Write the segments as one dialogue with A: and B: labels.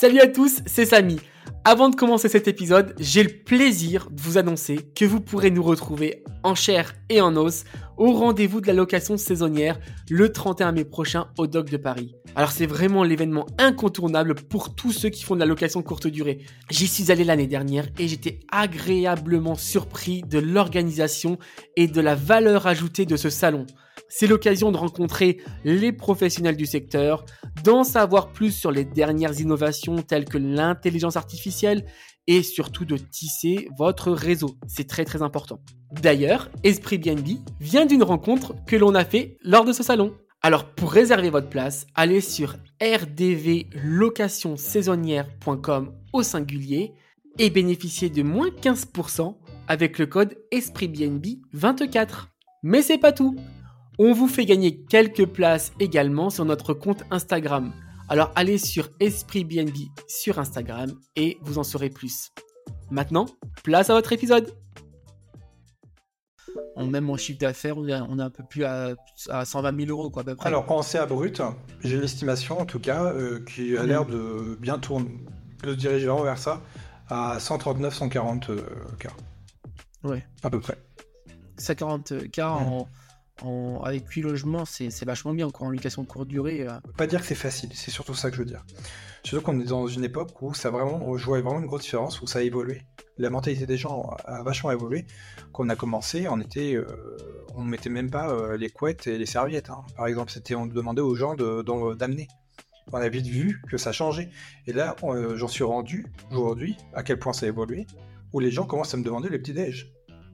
A: Salut à tous, c'est Samy. Avant de commencer cet épisode, j'ai le plaisir de vous annoncer que vous pourrez nous retrouver en chair et en os au rendez-vous de la location saisonnière le 31 mai prochain au Dock de Paris. Alors c'est vraiment l'événement incontournable pour tous ceux qui font de la location courte durée. J'y suis allé l'année dernière et j'étais agréablement surpris de l'organisation et de la valeur ajoutée de ce salon. C'est l'occasion de rencontrer les professionnels du secteur, d'en savoir plus sur les dernières innovations telles que l'intelligence artificielle et surtout de tisser votre réseau. C'est très très important. D'ailleurs, Esprit BNB vient d'une rencontre que l'on a fait lors de ce salon. Alors pour réserver votre place, allez sur rdvlocationsaisonnière.com au singulier et bénéficiez de moins 15% avec le code ESPRITBNB24. Mais c'est pas tout. On vous fait gagner quelques places également sur notre compte Instagram. Alors allez sur Esprit BNB sur Instagram et vous en saurez plus. Maintenant, place à votre épisode. Même en chiffre d'affaires, on est un peu plus à 120 000 euros, quoi, à peu près.
B: Alors, quand c'est à brut, j'ai l'estimation, en tout cas, qui a l'air de bien tourner, de se diriger vraiment vers ça, à 139-140 K.
A: Ouais.
B: À peu près.
A: 140 K avec 8 logements, c'est vachement bien, quoi, en location de courte durée.
B: Pas dire que c'est facile, c'est surtout ça que je veux dire. Surtout qu'on est dans une époque où je vois vraiment une grosse différence, où ça a évolué. La mentalité des gens a vachement évolué. Quand on a commencé, on ne mettait même pas les couettes et les serviettes. Hein. Par exemple, on demandait aux gens d'amener. On a vite vu que ça changeait. Et là, j'en suis rendu aujourd'hui, à quel point ça a évolué, où les gens commencent à me demander les petits-déj.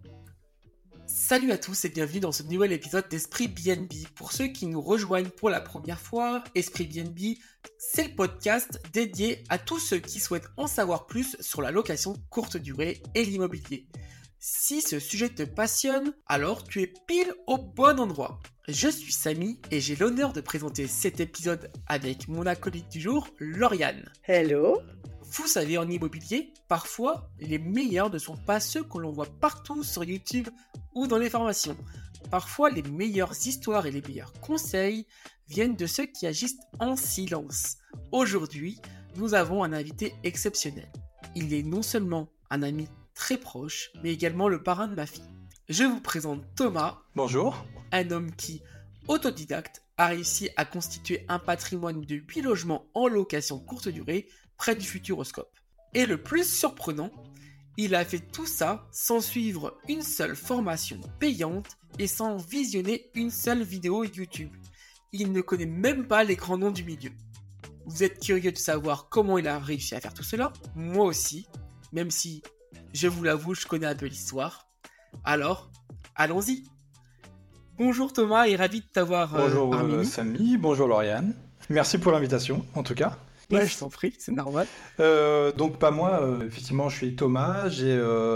A: Salut à tous et bienvenue dans ce nouvel épisode d'Esprit BNB. Pour ceux qui nous rejoignent pour la première fois, Esprit BNB, c'est le podcast dédié à tous ceux qui souhaitent en savoir plus sur la location courte durée et l'immobilier. Si ce sujet te passionne, alors tu es pile au bon endroit. Je suis Samy et j'ai l'honneur de présenter cet épisode avec mon acolyte du jour, Lauriane.
C: Hello.
A: Vous savez, en immobilier, parfois, les meilleurs ne sont pas ceux que l'on voit partout sur YouTube ou dans les formations. Parfois, les meilleures histoires et les meilleurs conseils viennent de ceux qui agissent en silence. Aujourd'hui, nous avons un invité exceptionnel. Il est non seulement un ami très proche, mais également le parrain de ma fille. Je vous présente Thomas.
B: Bonjour.
A: Un homme qui, autodidacte, a réussi à constituer un patrimoine de 8 logements en location courte durée près du Futuroscope. Et le plus surprenant, il a fait tout ça sans suivre une seule formation payante et sans visionner une seule vidéo YouTube. Il ne connaît même pas les grands noms du milieu. Vous êtes curieux de savoir comment il a réussi à faire tout cela? Moi aussi, même si, je vous l'avoue, je connais un peu l'histoire. Alors, allons-y. Bonjour Thomas et ravi de t'avoir
B: bonjour
A: parmi nous.
B: Samy, bonjour Lauriane. Merci pour l'invitation, en tout cas.
A: Ouais, je t'en prie, c'est normal.
B: Donc pas moi, effectivement je suis Thomas, j'ai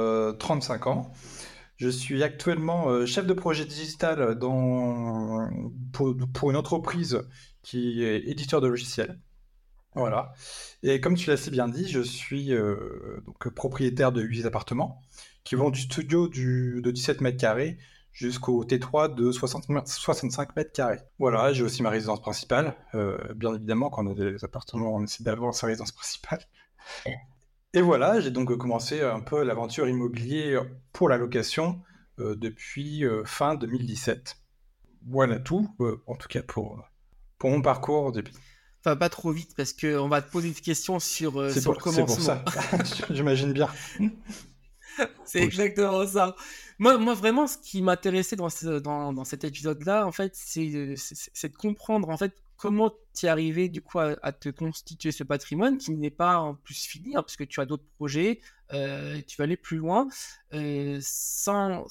B: 35 ans. Je suis actuellement chef de projet digital pour une entreprise qui est éditeur de logiciels. Voilà. Et comme tu l'as si bien dit, je suis donc propriétaire de 8 appartements qui vont du studio de 17 mètres carrés jusqu'au T3 de 65 mètres carrés. Voilà, j'ai aussi ma résidence principale. Bien évidemment, quand on a des appartements, on essaie d'avoir sa résidence principale. Et voilà, j'ai donc commencé un peu l'aventure immobilière pour la location depuis fin 2017. Voilà tout, en tout cas pour mon parcours depuis.
A: Enfin, pas trop vite, parce qu'on va te poser des questions sur le commencement.
B: C'est pour ça, j'imagine bien.
A: C'est exactement ça. Moi, vraiment, ce qui m'intéressait dans cet épisode-là, en fait, c'est de comprendre, en fait, comment tu es arrivé, du coup, à te constituer ce patrimoine qui n'est pas en plus fini, hein, parce que tu as d'autres projets, tu vas aller plus loin, sans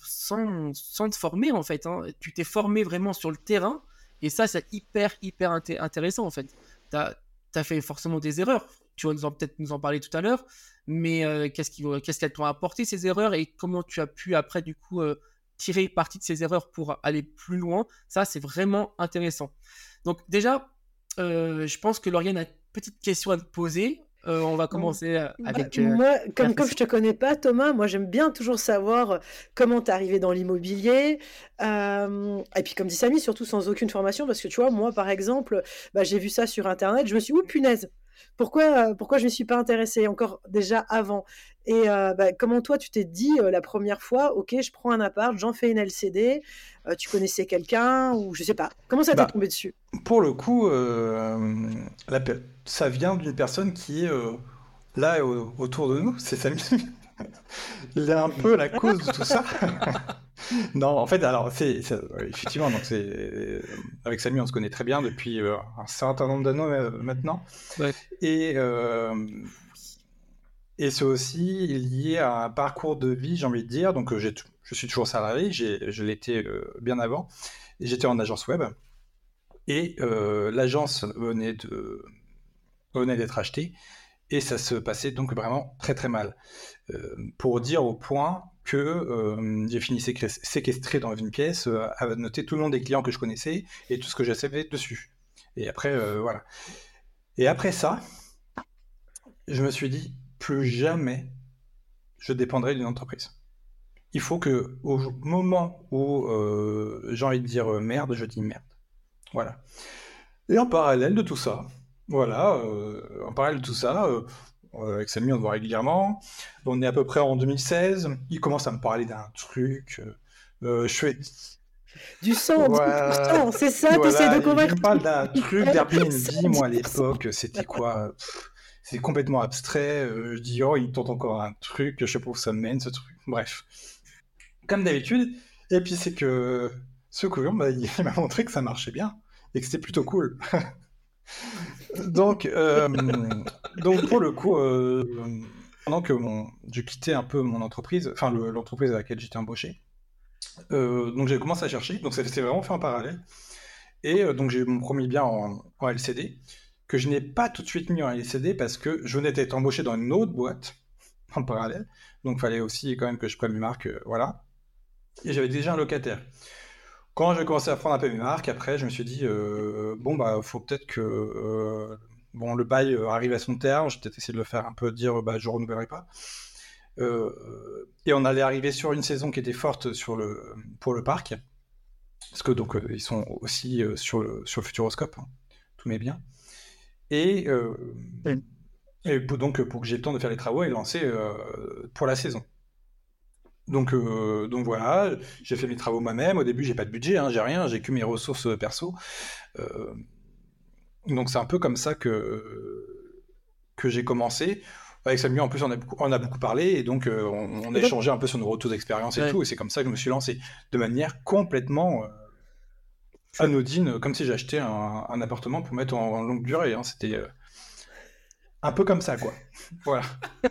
A: te former, en fait. Hein. Tu t'es formé vraiment sur le terrain, et ça, c'est hyper intéressant, en fait. T'as fait forcément des erreurs. Tu vas peut-être nous en parler tout à l'heure, mais qu'est-ce qu'elles t'ont apporté ces erreurs et comment tu as pu après du coup tirer parti de ces erreurs pour aller plus loin, ça c'est vraiment intéressant. Donc déjà, je pense que Lauriane a une petite question à te poser. On va commencer avec...
C: moi, comme je te connais pas, Thomas, moi j'aime bien toujours savoir comment t'es arrivé dans l'immobilier. Et puis comme dit Samy, surtout sans aucune formation, parce que tu vois, moi par exemple, j'ai vu ça sur Internet, je me suis dit, oh punaise, pourquoi je ne m'y suis pas intéressée encore déjà avant? Et comment toi, tu t'es dit la première fois, OK, je prends un appart, j'en fais une LCD, tu connaissais quelqu'un ou je sais pas. Comment ça t'est
B: Bah,
C: tombé dessus?
B: pour le coup, ça vient d'une personne qui est là autour de nous, c'est Samy. Il est un peu la cause de tout ça. Non, en fait, alors, effectivement, donc avec Samy, on se connaît très bien depuis un certain nombre d'années maintenant.
A: Ouais.
B: Et c'est aussi lié à un parcours de vie, j'ai envie de dire. Donc, je suis toujours salarié, je l'étais bien avant. Et j'étais en agence web. Et l'agence venait d'être achetée. Et ça se passait donc vraiment très très mal. Pour dire au point que j'ai fini séquestré dans une pièce à noter tout le nom des clients que je connaissais et tout ce que je savais dessus. Et après, voilà. Et après ça, je me suis dit, plus jamais je dépendrai d'une entreprise. Il faut que, au moment où j'ai envie de dire merde, je dis merde. Voilà. Et en parallèle de tout ça, avec Samy, on se voit régulièrement. On est à peu près en 2016. Il commence à me parler d'un truc. Je fais.
C: Du sang,
B: Voilà,
C: 10%, c'est ça, t'essaies
B: voilà,
C: de
B: il
C: convaincre
B: me parle d'un truc d'Airbnb. Moi, à
C: 10%.
B: l'époque, c'était quoi? C'est complètement abstrait. Je dis, oh, il tente encore un truc. Je sais pas où ça me mène, ce truc. Bref. Comme d'habitude. Et puis, c'est que ce couillon, il m'a montré que ça marchait bien. Et que c'était plutôt cool. Donc pour le coup, pendant que je quittais un peu mon entreprise, enfin l'entreprise à laquelle j'étais embauché, donc j'ai commencé à chercher, donc ça s'est vraiment fait en parallèle, et donc j'ai eu mon premier bien en LCD, que je n'ai pas tout de suite mis en LCD parce que je venais d'être embauché dans une autre boîte en parallèle, donc il fallait aussi quand même que je prenne mes marques, voilà, et j'avais déjà un locataire. Quand j'ai commencé à prendre un peu mes marques, après, je me suis dit, bon, bah, faut peut-être que bon, le bail arrive à son terme. J'ai peut-être essayé de le faire un peu dire, bah, je renouvellerai pas. Et on allait arriver sur une saison qui était forte pour le parc, parce que donc ils sont aussi sur le Futuroscope, hein, tous mes biens. Et, donc pour que j'ai le temps de faire les travaux et lancer pour la saison. Donc voilà, j'ai fait mes travaux moi-même. Au début, j'ai pas de budget, hein, j'ai rien, j'ai que mes ressources perso. Donc c'est un peu comme ça que j'ai commencé. Avec Samuel, en plus, on a beaucoup parlé, et donc on a échangé un peu sur nos retours d'expérience et tout, et c'est comme ça que je me suis lancé, de manière complètement anodine, comme si j'achetais un appartement pour mettre en longue durée. Hein. C'était un peu comme ça, quoi. Voilà.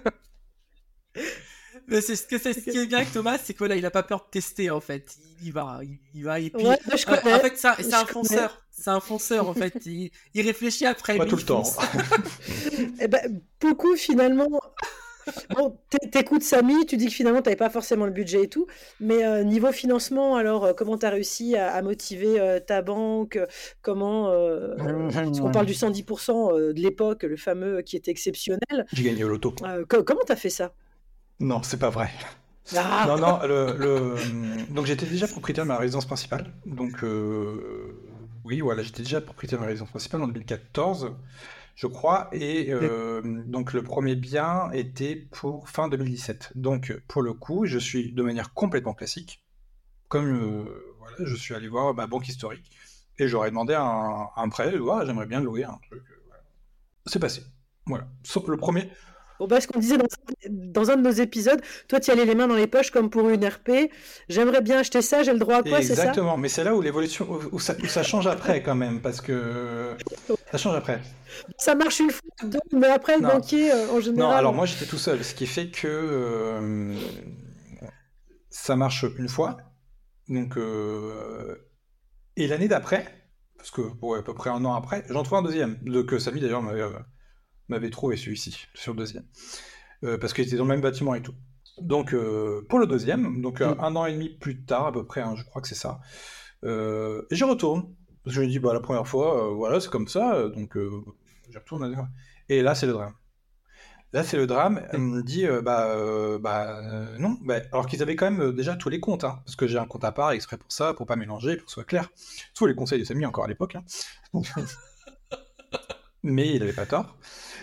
A: Mais ce qui est bien avec Thomas, c'est que là, il a pas peur de tester en fait. Il y va, et puis.
C: Ouais, je connais.
A: En fait, c'est un fonceur. C'est un fonceur en fait. Il réfléchit après.
B: Pas tout le temps.
C: Eh ben, beaucoup finalement. Bon, t'écoutes Samy, tu dis que finalement t'avais pas forcément le budget et tout, mais niveau financement, alors comment t'as réussi à motiver ta banque? Comment parce qu'on parle du 110% de l'époque, le fameux qui était exceptionnel.
B: J'ai gagné au loto.
C: Comment t'as fait ça?
B: Non, c'est pas vrai.
C: Ah
B: Non, donc j'étais déjà propriétaire de ma résidence principale. Donc oui, voilà, j'étais déjà propriétaire de ma résidence principale en 2014, je crois. Et donc le premier bien était pour fin 2017. Donc pour le coup, je suis de manière complètement classique, comme voilà, je suis allé voir ma banque historique et j'aurais demandé un prêt. Ouais, j'aimerais bien louer un truc. Voilà. C'est passé. Voilà. Sauf le premier.
C: Bon, bah, ce qu'on disait dans un de nos épisodes, toi, tu y allais les mains dans les poches comme pour une RP. J'aimerais bien acheter ça, j'ai le droit à quoi, c'est ça?
B: Exactement, mais c'est là où l'évolution, où ça change après quand même, parce que ça change après.
C: Ça marche une fois, deux, mais après, le
B: Non.
C: banquier, en
B: Non,
C: général.
B: alors moi j'étais tout seul, ce qui fait que ça marche une fois, donc et l'année d'après, parce que bon, à peu près un an après, j'en trouve un deuxième, que Samy d'ailleurs m'avait trouvé celui-ci, sur le deuxième, parce qu'il était dans le même bâtiment et tout. Donc pour le deuxième, donc un an et demi plus tard à peu près, hein, je crois que c'est ça, et j'y retourne. Parce que je me dis, bah, la première fois, voilà, c'est comme ça, donc j'y retourne. Et là, c'est le drame. Là, c'est le drame. Elle me dit, non. Bah, alors qu'ils avaient quand même déjà tous les comptes, hein, parce que j'ai un compte à part exprès pour ça, pour pas mélanger, pour que ce soit clair. Tous les conseils de Samy encore à l'époque. Hein. Mais il avait pas tort.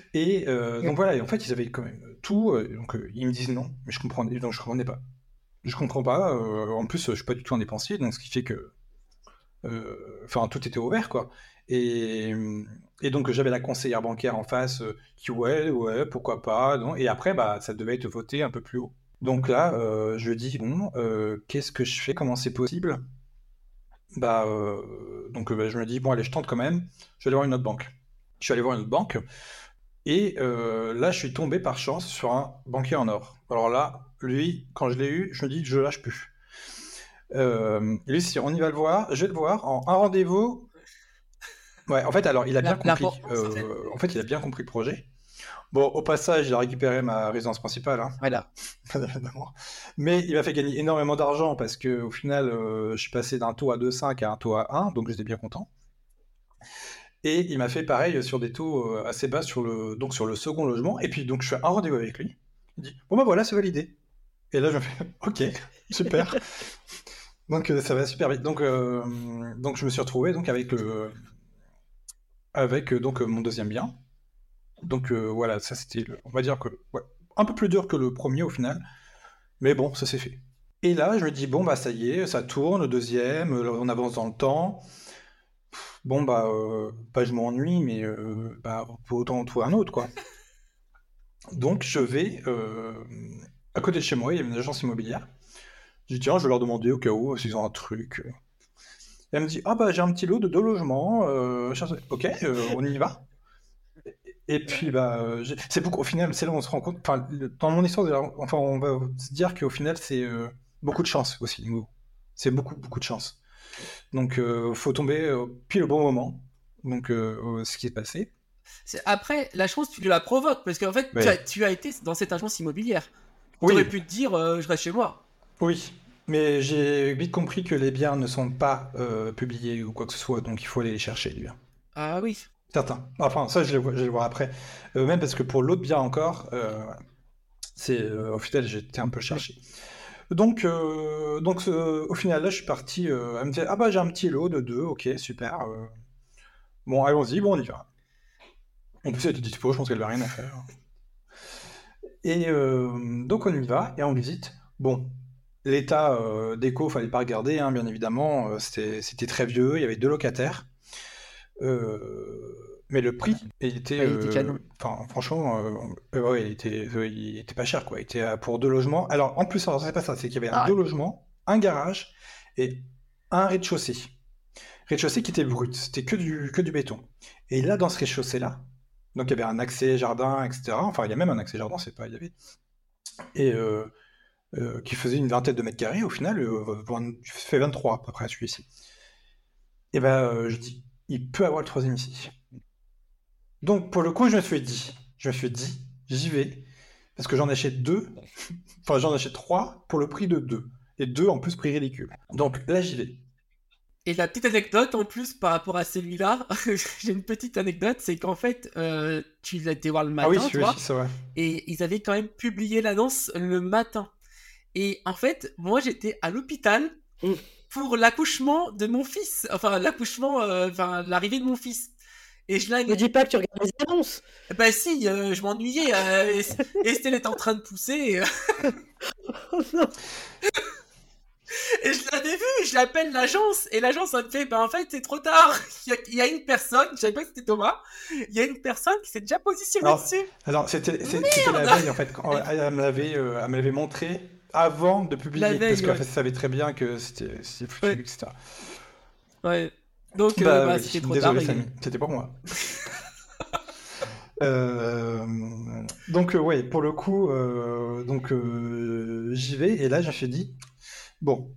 B: Et donc voilà, et en fait, ils avaient quand même tout. Donc ils me disent non, mais je comprenais pas. Je comprends pas. En plus, je suis pas du tout un dépensier, donc ce qui fait que, enfin, tout était ouvert, quoi. Et, et donc j'avais la conseillère bancaire en face qui ouais, pourquoi pas, non. Et après, bah, ça devait être voté un peu plus haut. Donc là, je dis bon, qu'est-ce que je fais? Comment c'est possible? Bah, bah, je me dis bon, allez, je tente quand même. Je vais aller voir une autre banque. Je suis allé voir une autre banque. Et là, je suis tombé par chance sur un banquier en or. Alors là, lui, quand je l'ai eu, je me dis, je lâche plus. Lui, si on y va le voir, je vais le voir en un rendez-vous. Ouais, en fait, alors, il a bien compris. En fait, il a bien compris le projet. Bon, au passage, il a récupéré ma résidence principale, hein,
A: Voilà.
B: évidemment. Mais il m'a fait gagner énormément d'argent parce que au final, je suis passé d'un taux à 2,5 à un taux à 1, donc j'étais bien content. Et il m'a fait pareil sur des taux assez bas sur le second logement. Et puis donc je fais un rendez-vous avec lui. Il dit bon bah voilà, c'est validé. Et là je me fais ok, super. Donc ça va super vite. Donc je me suis retrouvé donc avec mon deuxième bien. Donc voilà, ça c'était on va dire que ouais, un peu plus dur que le premier au final, mais bon, ça s'est fait. Et là je me dis bon bah ça y est, ça tourne, le deuxième, on avance dans le temps. Bon bah je m'ennuie, mais bah faut autant en trouver un autre, quoi. Donc je vais à côté de chez moi, il y a une agence immobilière. Je dis tiens, je vais leur demander au cas où s'ils ont un truc. Et elle me dit ah bah j'ai un petit lot de 2 logements. Ok, on y va. Et puis bah c'est beaucoup. Au final, c'est là où on se rend compte. Enfin, dans mon histoire, enfin on va se dire qu'au final c'est beaucoup de chance aussi. C'est beaucoup de chance. Donc faut tomber pile au bon moment. Donc ce qui est passé.
A: Après, la chance, tu la provoques, parce qu'en fait,
B: Ouais.
A: tu as été dans cette agence immobilière.
B: Oui.
A: T'aurais pu te dire, je reste chez moi.
B: Oui, mais j'ai vite compris que les biens ne sont pas publiés ou quoi que ce soit, donc il faut aller les chercher, les biens.
A: Ah oui.
B: Certains. Enfin, ça, je vais le voir après. Même parce que pour l'autre bien encore, au final, j'ai été un peu cherché. Donc au final, là, je suis parti. Elle me dit ah bah j'ai un petit lot de 2, ok, super. Bon, allons-y, bon, on y va. En plus, elle était dispo, je pense qu'elle avait rien à faire. Et donc on y va et on visite. Bon, l'état déco, fallait pas regarder, hein, bien évidemment. C'était très vieux, il y avait 2 locataires. Mais le prix, il était,
A: Ouais, il était canon.
B: enfin, franchement, ouais, il était pas cher, quoi. Il était pour 2 logements. Alors, en plus, alors, c'est pas ça, c'est qu'il y avait 2 logements, un garage et un rez-de-chaussée. Rez-de-chaussée qui était brut, c'était que du béton. Et là, dans ce rez-de-chaussée-là, donc il y avait un accès jardin, etc. Enfin, il y a même un accès jardin, c'est pas, il y avait. Et qui faisait une vingtaine de mètres carrés, au final, fait 23 à peu près celui-ci. Et ben, je dis, il peut avoir le troisième ici. Donc pour le coup, je me suis dit, j'y vais, parce que j'en achète 2, enfin j'en achète 3 pour le prix de 2. Et 2 en plus prix ridicule. Donc là, j'y vais.
A: Et la petite anecdote en plus par rapport à celui-là, j'ai une petite anecdote, c'est qu'en fait, tu l'as été voir le matin,
B: Ah oui,
A: tu vois,
B: c'est vrai.
A: et ils avaient quand même publié l'annonce le matin. Et en fait, moi j'étais à l'hôpital pour l'accouchement de mon fils, enfin l'arrivée de mon fils. Et je
C: Ne dis pas que tu regardes les annonces.
A: Bah si, je m'ennuyais, Estelle était en train de pousser.
C: Oh non.
A: Et je l'avais vu, je l'appelle l'agence, et l'agence elle me fait, bah en fait c'est trop tard, il y a une personne, je savais pas que c'était Thomas, il y a une personne qui s'est déjà positionnée dessus.
B: Alors c'était la veille en fait, elle me l'avait montré avant de publier,
A: La veille,
B: parce qu'en
A: ouais.
B: fait, elle savait très bien que c'était foutu,
A: Ouais.
B: etc.
A: Ouais. Donc
B: Oui,
A: c'était trop
B: désolé
A: tard.
B: Samy, c'était pour moi. Donc ouais, pour le coup, j'y vais et là je me suis dit bon,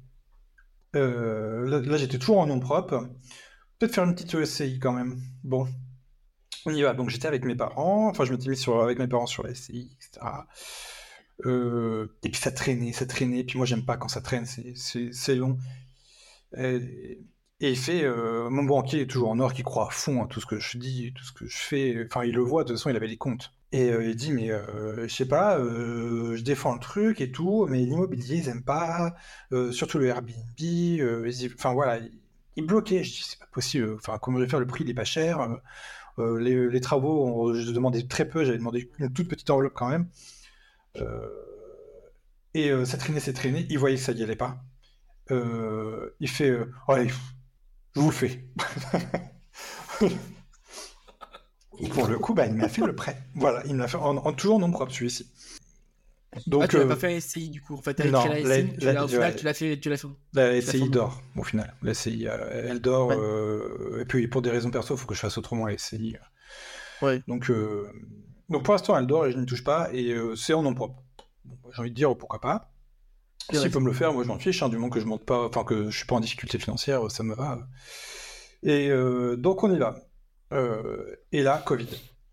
B: là j'étais toujours en nom propre, peut-être faire une petite SCI quand même. Bon, on y va. Donc j'étais avec mes parents, enfin je m'étais mis avec mes parents sur la SCI, etc. Et puis ça traînait. Puis moi j'aime pas quand ça traîne, c'est long. Et il fait, mon banquier est toujours en or, qui croit à fond à tout ce que je dis, tout ce que je fais. Enfin, il le voit, de toute façon, il avait les comptes. Et il dit, mais je sais pas, je défends le truc et tout, mais l'immobilier, ils aiment pas, surtout le Airbnb. Enfin voilà, il bloquait. Je dis, c'est pas possible. Enfin, comment je vais faire, le prix, il est pas cher. Les travaux, je demandais très peu, j'avais demandé une toute petite enveloppe quand même. Et ça traînait, il voyait que ça y allait pas. Il fait allez, je vous le fais. Pour le coup, il m'a fait le prêt. Voilà, il me l'a fait en toujours nom propre celui-ci. Donc,
A: tu l'as pas fait un SCI du coup. En fait, t'as
B: non,
A: écrit la SCI, au final, tu l'as fait.
B: La SCI dort, au final. La SCI, elle dort.
A: Ouais.
B: Et puis, pour des raisons perso, il faut que je fasse autrement la SCI.
A: Ouais.
B: Donc pour l'instant, elle dort et je ne touche pas. Et c'est en nom propre. Bon, j'ai envie de dire, pourquoi pas. S'il peut me le faire, moi je m'en fiche. Du moment que je monte pas, enfin que je suis pas en difficulté financière, ça me va. Et donc on est là. Et là, Covid.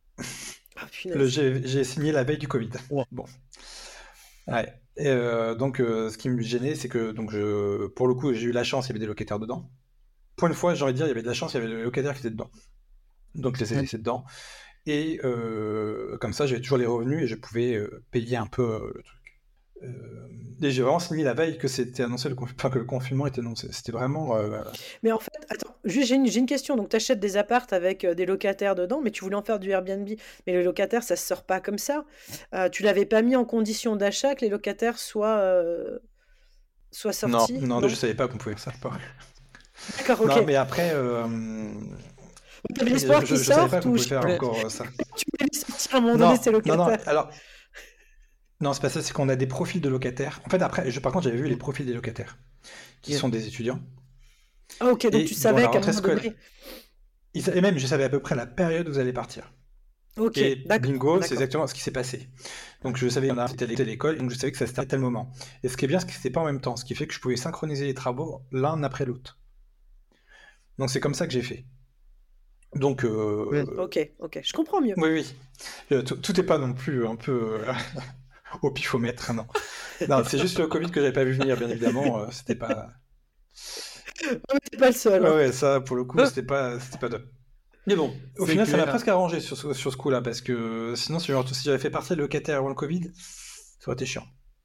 B: J'ai signé la veille du Covid.
A: Ouais.
B: Bon. Ouais. Et donc, ce qui me gênait, c'est que pour le coup, j'ai eu la chance, il y avait des locataires dedans. Pour une fois, j'ai envie de dire, il y avait de la chance, il y avait des locataires qui étaient dedans. Donc, je les ai laissés dedans. Et comme ça, j'avais toujours les revenus et je pouvais payer un peu le truc. Et j'ai vraiment signé la veille que c'était annoncé, que le confinement était annoncé. C'était vraiment...
C: Mais en fait, attends, juste j'ai une question. Donc, tu achètes des appartes avec des locataires dedans, mais tu voulais en faire du Airbnb. Mais les locataires, ça se sort pas comme ça. Tu l'avais pas mis en condition d'achat que les locataires soient sortis?
B: Non, je savais pas qu'on pouvait faire ça.
C: D'accord, ok.
B: Non, mais après...
C: T'avais l'espoir qu'ils sortent,
B: savais pas qu'on pouvait faire encore ça.
C: Tu voulais les sortir à un moment donné, ces locataires.
B: Non, alors... Non, c'est pas ça, c'est qu'on a des profils de locataires. En fait, après, par contre, j'avais vu les profils des locataires, qui sont des étudiants.
C: Ah ok, donc tu savais qu'à un moment donné...
B: Et même, je savais à peu près la période où vous allez partir.
C: Ok,
B: et
C: d'accord.
B: bingo, c'est exactement ce qui s'est passé. Donc je savais qu'on était à l'école, donc je savais que ça se terminait à tel moment. Et ce qui est bien, c'est que c'était pas en même temps, ce qui fait que je pouvais synchroniser les travaux l'un après l'autre. Donc c'est comme ça que j'ai fait. Donc...
C: Ok, je comprends mieux.
B: Oui. Tout est pas non plus un peu au pifomètre, non. Non, c'est juste le Covid que j'avais pas vu venir, bien évidemment. C'était pas...
C: T'es pas le seul. Hein.
B: Ouais, ça, pour le coup, c'était pas top. Mais bon, au final, ça m'a presque arrangé sur ce coup-là, parce que sinon, si j'avais fait partie de locataire avant le Covid, ça aurait été chiant.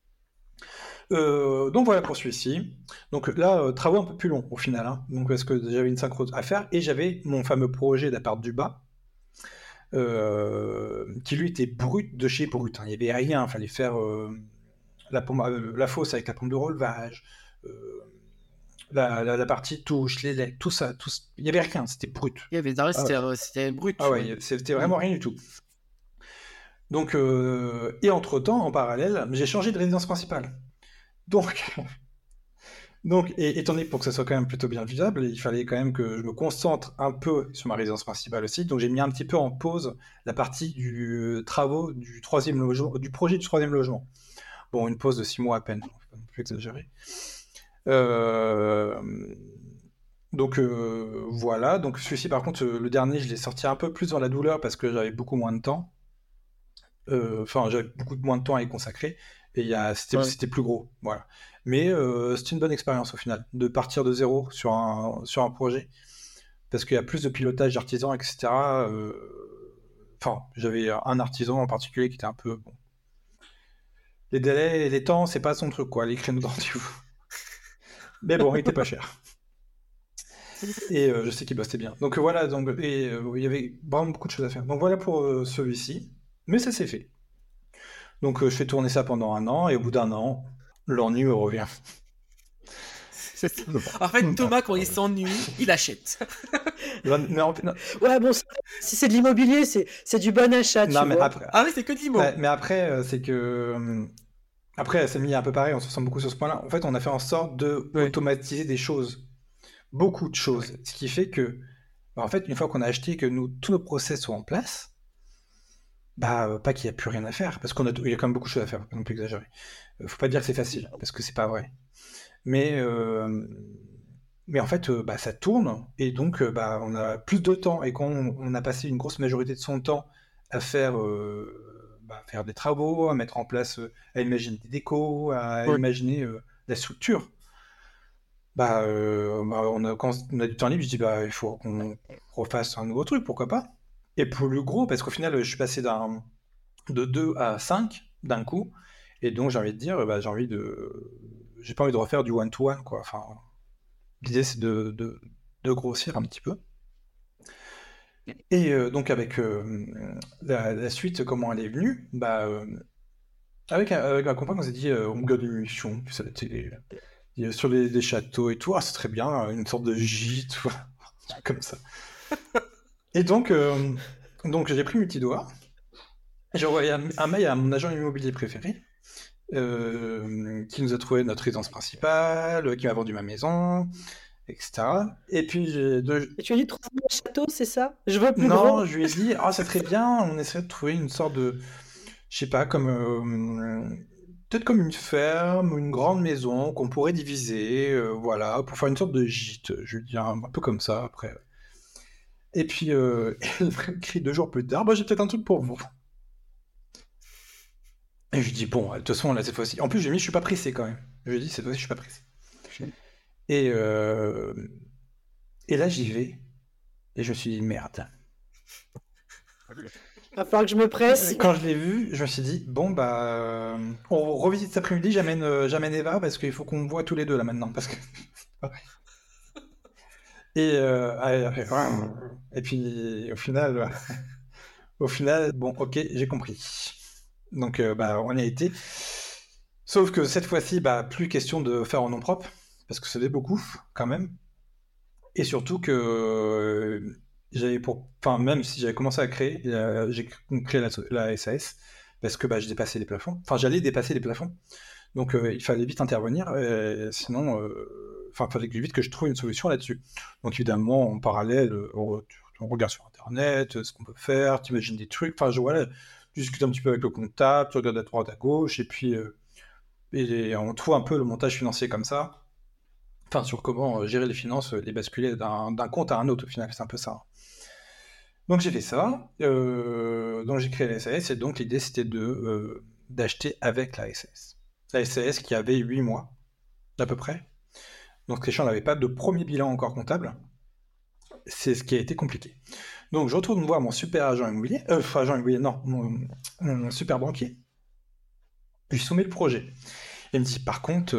B: Donc voilà pour celui-ci. Donc là, travaux un peu plus longs au final, hein. Donc parce que j'avais une synchro à faire, et j'avais mon fameux projet d'appart du bas, qui lui était brut de chez brut, hein. Il n'y avait rien, il fallait faire la fosse avec la pompe de relevage, la partie touche, les LED, tout ça, il n'y avait rien, c'était brut.
A: Il y avait c'était brut.
B: Ah ouais, c'était vraiment rien du tout. Donc, et entre-temps, en parallèle, j'ai changé de résidence principale. Donc, et étant donné pour que ça soit quand même plutôt bien vivable, il fallait quand même que je me concentre un peu sur ma résidence principale aussi. Donc j'ai mis un petit peu en pause la partie du travaux du troisième logement, du projet du troisième logement. Bon, une pause de 6 mois à peine, faut pas non plus exagérer. Donc voilà, donc celui-ci par contre, le dernier, je l'ai sorti un peu plus dans la douleur parce que j'avais beaucoup moins de temps. Enfin, j'avais beaucoup moins de temps à y consacrer, et c'était plus gros, voilà. Mais c'était une bonne expérience au final, de partir de zéro sur un projet, parce qu'il y a plus de pilotage d'artisans, etc. Enfin, j'avais un artisan en particulier qui était un peu... Bon. Les délais et les temps, c'est pas son truc, quoi, les créneaux de rendez-vous. Mais bon, il était pas cher. Et je sais qu'il bossait bien. Donc voilà, il y avait vraiment beaucoup de choses à faire. Donc voilà pour celui-ci. Mais ça s'est fait. Donc je fais tourner ça pendant 1 an, et au bout d'1 an, l'ennui me revient.
A: En fait, Thomas, quand il s'ennuie, il achète.
C: Ouais, bon, si c'est de l'immobilier, c'est du bon achat, tu vois.
B: Après...
A: Ah oui, c'est que de l'immo.
B: Mais après, c'est que... Après, ça m'y est un peu pareil, on se ressemble beaucoup sur ce point-là. En fait, on a fait en sorte d'automatiser des choses. Beaucoup de choses. Ce qui fait que, en fait, une fois qu'on a acheté, que tous nos process sont en place, pas qu'il n'y a plus rien à faire, parce qu'il y a quand même beaucoup de choses à faire, faut pas non plus exagérer. Faut pas dire que c'est facile, parce que c'est pas vrai. Mais en fait, ça tourne, et donc on a plus de temps, et quand on a passé une grosse majorité de son temps à faire des travaux, à mettre en place, à imaginer des décos, à imaginer la structure, quand on a du temps libre, je dis il faut qu'on refasse un nouveau truc, pourquoi pas. Et plus gros, parce qu'au final, je suis passé de 2 à 5 d'un coup, et donc j'ai envie de dire, j'ai pas envie de refaire du one-to-one, quoi. Enfin, l'idée, c'est de grossir un petit peu. Et donc avec la suite, comment elle est venue, avec ma compagne, on s'est dit, on regarde une émission puis ça, sur les châteaux et tout, c'est très bien, une sorte de gîte, ou un truc comme ça. Et donc j'ai pris mes petits doigts, j'ai envoyé un mail à mon agent immobilier préféré, qui nous a trouvé notre résidence principale, qui m'a vendu ma maison, etc. Et puis
C: Et tu as dit 3 000 châteaux, c'est ça? Je veux plus
B: non,
C: gros.
B: je lui ai dit, ça serait bien, on essaierait de trouver une sorte de, je sais pas, comme peut-être comme une ferme ou une grande maison qu'on pourrait diviser, voilà, pour faire une sorte de gîte. Je lui dis un peu comme ça après. Et puis elle me écrit 2 jours plus tard, j'ai peut-être un truc pour vous. Et je lui dis bon, de toute façon là cette fois-ci. En plus j'ai mis, je suis pas pressé quand même. Je lui dis cette fois-ci je suis pas pressé. Et et là j'y vais et je me suis dit merde.
C: Il va falloir que je me presse.
B: Quand je l'ai vu, je me suis dit, bon, on revisite cet après-midi, j'amène Eva, parce qu'il faut qu'on voit tous les deux, là, maintenant, parce que... Et, et puis, au final, bon, ok, j'ai compris. Donc, on y a été. Sauf que cette fois-ci, plus question de faire en nom propre, parce que ça fait beaucoup, quand même. Et surtout que même si j'avais commencé à créer, j'ai créé la SAS, parce que j'ai dépassé les plafonds. Enfin, j'allais dépasser les plafonds. Donc, il fallait vite intervenir, sinon, il fallait vite que je trouve une solution là-dessus. Donc, évidemment, en parallèle, on regarde sur Internet, ce qu'on peut faire, tu imagines des trucs. Enfin, voilà, tu discutes un petit peu avec le comptable, tu regardes à droite, à gauche, et puis on trouve un peu le montage financier comme ça. Enfin, sur comment gérer les finances, les basculer d'un compte à un autre, au final, c'est un peu ça. Donc j'ai fait ça, donc j'ai créé la SAS, et donc l'idée c'était d'acheter avec la SAS. La SAS qui avait 8 mois, à peu près. Donc les gens n'avaient pas de premier bilan encore comptable. C'est ce qui a été compliqué. Donc je retourne voir mon super agent immobilier, non, mon super banquier. Je lui soumets le projet. Il me dit, par contre,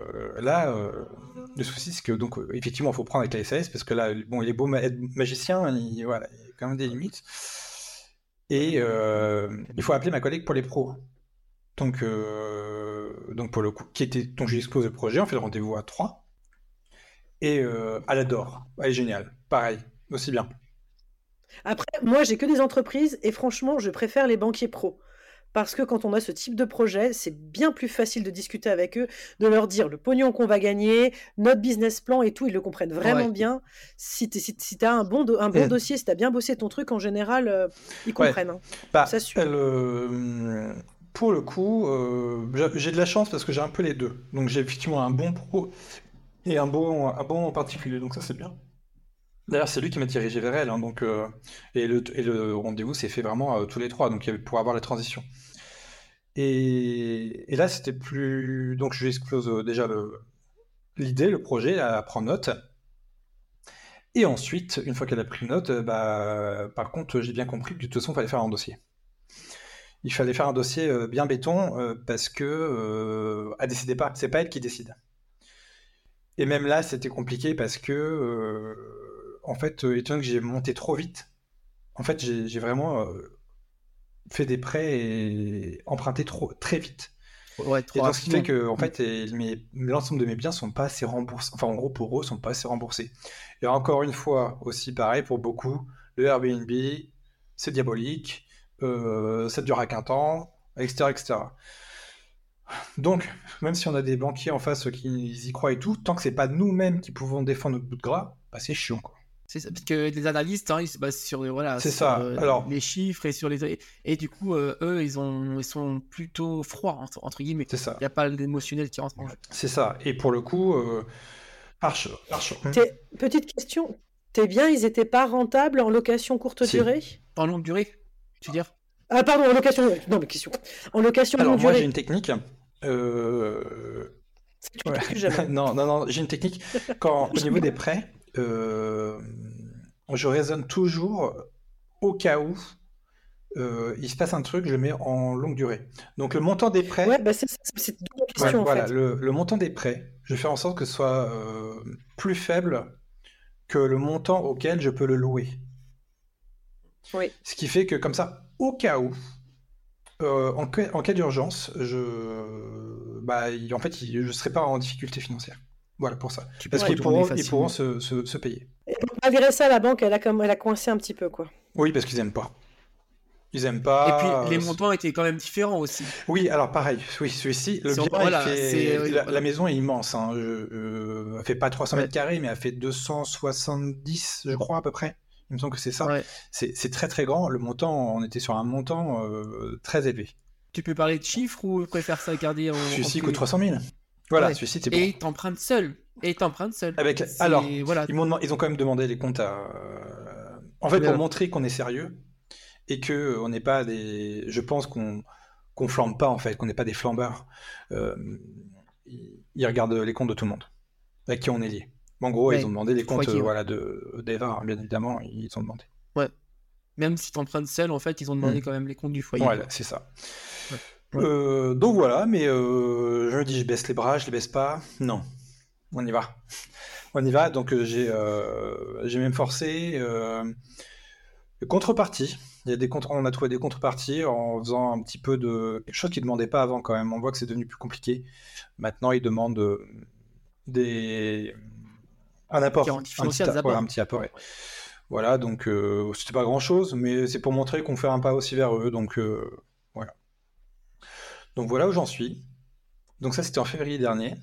B: le souci, c'est que, donc, effectivement, il faut prendre avec la SAS, parce que là, bon, il est beau magicien, il y a quand même des limites. Et il faut appeler ma collègue pour les pros. Donc pour le coup, donc je lui expose le projet, on fait le rendez-vous à 3. Et elle adore. Elle est géniale. Pareil, aussi bien.
C: Après, moi, j'ai que des entreprises et franchement, je préfère les banquiers pros. Parce que quand on a ce type de projet, c'est bien plus facile de discuter avec eux, de leur dire le pognon qu'on va gagner, notre business plan et tout, ils le comprennent vraiment
A: Ouais.
C: bien. Si tu as un bon dossier, si tu as bien bossé ton truc, en général, ils comprennent. Ça suit.
B: Pour le coup, j'ai de la chance parce que j'ai un peu les deux. Donc j'ai effectivement un bon pro et un bon en particulier, donc ça c'est bien. D'ailleurs, c'est lui qui m'a dirigé vers elle, hein, donc, et le rendez-vous s'est fait vraiment tous les 3, donc pour avoir la transition. Et là, c'était plus... Donc je lui explose déjà l'idée, le projet, elle prend note. Et ensuite, une fois qu'elle a pris note, par contre, j'ai bien compris que de toute façon, il fallait faire un dossier. Il fallait faire un dossier bien béton, parce que elle décidait pas, c'est pas elle qui décide. Et même là, c'était compliqué parce que, en fait, étant donné que j'ai monté trop vite, en fait, j'ai vraiment fait des prêts et emprunté très vite.
A: Ouais, trop
B: Et donc, ce qui fait
A: rapidement.
B: que, en fait, l'ensemble de mes biens sont pas assez remboursés. Enfin, en gros, pour eux, sont pas assez remboursés. Et encore une fois, aussi pareil pour beaucoup, le Airbnb, c'est diabolique, ça dure qu'un temps, etc., etc. Donc, même si on a des banquiers en face qui y croient et tout, tant que c'est pas nous-mêmes qui pouvons défendre notre bout de gras, c'est chiant, quoi.
A: C'est ça, parce que les analystes, ils se basent sur,
B: C'est
A: sur
B: ça. Alors,
A: les chiffres et sur les... Et du coup, eux, ils sont plutôt froids, entre guillemets.
B: c'est ça.
A: Il n'y a pas l'émotionnel qui rentre en jeu.
B: C'est ça. Et pour le coup, arche.
C: Petite question, tes biens, ils étaient pas rentables en location courte
B: Si.
C: durée?
A: En longue durée, tu veux dire?
C: Ah pardon, en location... Non mais question. En location
B: Alors,
C: longue
B: moi,
C: durée.
B: j'ai une technique.
C: Tu
B: Ouais.
C: plus jamais.
B: non, j'ai une technique. Au niveau des prêts, je raisonne toujours au cas où il se passe un truc, je le mets en longue durée. Donc le montant des prêts,
C: Ouais, c'est ça, c'est une bonne question en
B: voilà,
C: fait.
B: le montant des prêts, je vais faire en sorte que ce soit plus faible que le montant auquel je peux le louer.
C: Oui.
B: Ce qui fait que comme ça, au cas où, en cas d'urgence, en fait, je ne serai pas en difficulté financière. Voilà pour ça.
A: Tu peux
B: Parce qu'ils
A: retourner
B: pourront
A: facilement.
B: se payer.
C: Et donc, malgré ça, la banque, elle a coincé un petit peu, quoi.
B: Oui, parce qu'ils n'aiment pas. Ils aiment
A: Et puis
B: pas.
A: les montants étaient quand même différents aussi.
B: Oui, alors pareil, oui, celui-ci, le
A: C'est-
B: bien,
A: voilà, c'est
B: la
A: voilà.
B: maison est immense, hein. Elle fait pas 300
A: Ouais,
B: mètres carrés, mais elle fait 270, je crois, à peu près. Il me semble que c'est ça.
A: ouais.
B: C'est très très grand. Le montant, on était sur un montant très élevé.
A: Tu peux parler de chiffres ou préfères ça garder en
B: Celui-ci coûte
A: privé?
B: 300 000. Voilà,
A: Ouais.
B: celui-ci, c'est bon.
A: Et t'empruntes seul.
B: Alors,
A: C'est voilà.
B: ils ont quand même demandé les comptes à. En fait, pour
A: Voilà.
B: montrer qu'on est sérieux et que on n'est pas des. Je pense qu'on flambe pas en fait, qu'on n'est pas des flambeurs. Euh, ils regardent les comptes de tout le monde, à qui on est lié. En gros, ils ont
A: Ouais.
B: demandé les comptes,
A: Foyer, ouais.
B: voilà, d'Eva, hein, bien évidemment, ils ont demandé.
A: Ouais. Même si t'empruntes seul, en fait, ils ont demandé
B: Mm.
A: quand même les comptes du foyer.
B: Voilà,
A: Quoi.
B: c'est ça.
A: Ouais. Ouais.
B: Donc voilà, mais je me dis, je baisse les bras, je les baisse pas. Non, on y va. On y va, donc j'ai même forcé. Contrepartie. On a trouvé des contreparties en faisant un petit peu de quelque chose qu'ils ne demandaient pas avant quand même. On voit que c'est devenu plus compliqué. Maintenant, ils demandent un apport,
A: Garantie financière des
B: voilà, un
A: apports.
B: petit apport. Ouais. Voilà, donc c'était pas grand chose, mais c'est pour montrer qu'on fait un pas aussi vers eux. Donc voilà. Donc voilà où j'en suis. Donc ça, c'était en février dernier.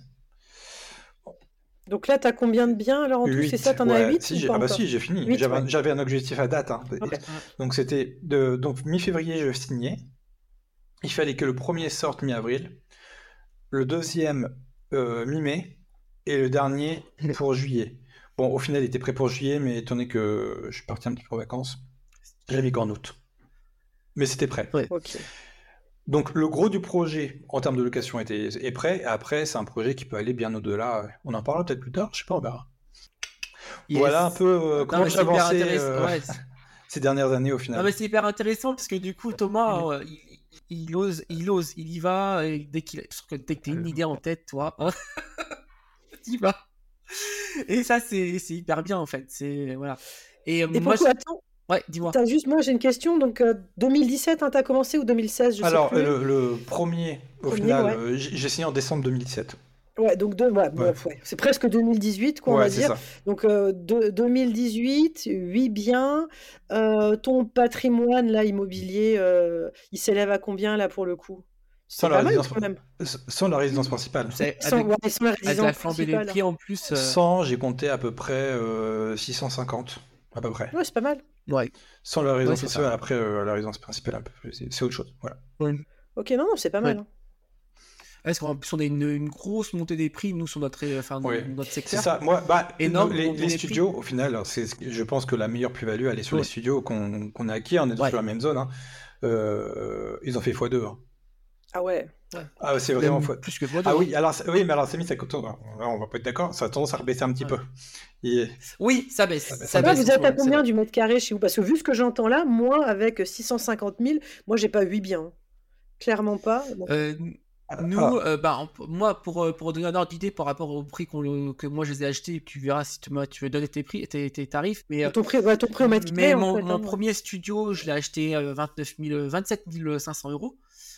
C: Donc là, t'as combien de biens alors en tout? C'est
B: 8,
C: ça, t'en as
B: ouais.
C: 8
B: Si,
C: ou pas encore?
B: si, j'ai fini.
C: 8, ouais.
B: J'avais un objectif à date, hein.
C: Ok.
B: Donc c'était donc mi-février, je signais. Il fallait que le premier sorte mi-avril, le deuxième mi-mai et le dernier pour juillet. Bon, au final, il était prêt pour juillet, mais étant donné que je suis parti un petit peu en vacances, j'ai mis qu'en août. Mais c'était prêt.
A: Ouais.
C: Ok.
B: Donc le gros du projet en termes de location est prêt. Et après, c'est un projet qui peut aller bien au-delà. On en parlera peut-être plus tard, je sais pas, on verra.
A: Yes.
B: Voilà un peu
A: Non,
B: comment
A: mais
B: j'ai
A: c'est hyper
B: avancé
A: intéressant. Ouais.
B: ces dernières années au
A: Non,
B: final.
A: mais c'est hyper intéressant parce que du coup, Thomas, il ose, il y va. Et dès que t'as une idée en tête, toi, hein, tu y vas. Et ça, c'est hyper bien en fait. C'est voilà. Et
C: Et
A: moi,
C: pourquoi? Attends,
A: ouais, dis-moi.
C: moi j'ai une question. Donc 2017, hein, t'as commencé ou 2016, je sais
B: Alors,
C: plus.
B: le premier, au
C: Premier,
B: final,
C: ouais.
B: j'ai signé en décembre 2017.
C: Ouais, donc
B: Ouais,
C: bon, ouais. C'est presque 2018, quoi, on
B: ouais,
C: va
B: c'est
C: dire.
B: ça.
C: Donc 2018, 8 biens. Ton patrimoine là immobilier, il s'élève à combien là pour le coup?
B: Sans
C: C'est
B: la
C: pas mal
B: résidence,
C: quand même.
B: sans la résidence principale.
C: Sans, ouais, sans la
A: Avec la
C: résidence
A: flambée des
C: principale.
A: prix en plus.
B: Sans, j'ai compté à peu près 650, à peu près.
C: Ouais, c'est pas mal.
A: Ouais.
B: Sans la résidence
A: c'est
B: principale,
A: ça.
B: après la résidence principale, un peu plus, c'est autre chose. Voilà.
A: Ouais.
C: Ok, non, c'est pas mal.
A: Ouais.
C: Hein.
A: Parce qu'en plus, on a une grosse montée des prix, nous, sur notre,
B: Oui,
A: notre
B: c'est
A: secteur.
B: ça. Moi,
A: Énorme
B: les
A: montée des
B: studios, au final, alors, je pense que la meilleure plus-value, elle est sur les studios qu'on a acquis. On est
A: Ouais.
B: sur la même zone. Hein. Ils ont fait x2. Hein.
C: Ah ouais.
B: Ah, c'est vraiment
A: Même
B: x2.
A: plus que moi.
B: Ah oui, alors, oui, mais alors, c'est mis, ça coûte. On va pas être d'accord, ça a tendance à rebaisser un petit peu.
A: Oui, ça baisse.
B: Ça
C: Là,
B: baisse.
C: vous êtes à combien du mètre carré chez vous? Parce que vu ce que j'entends là, moi, avec 650 000, moi, j'ai pas 8 biens. Clairement pas. Donc...
A: Nous, moi, pour donner un ordre d'idée par rapport au prix que moi je les ai achetés, tu verras si tu veux donner tes prix, tes tarifs. Mais
C: ton prix au mètre carré.
A: Mais mon premier studio, je l'ai acheté 27 500 €.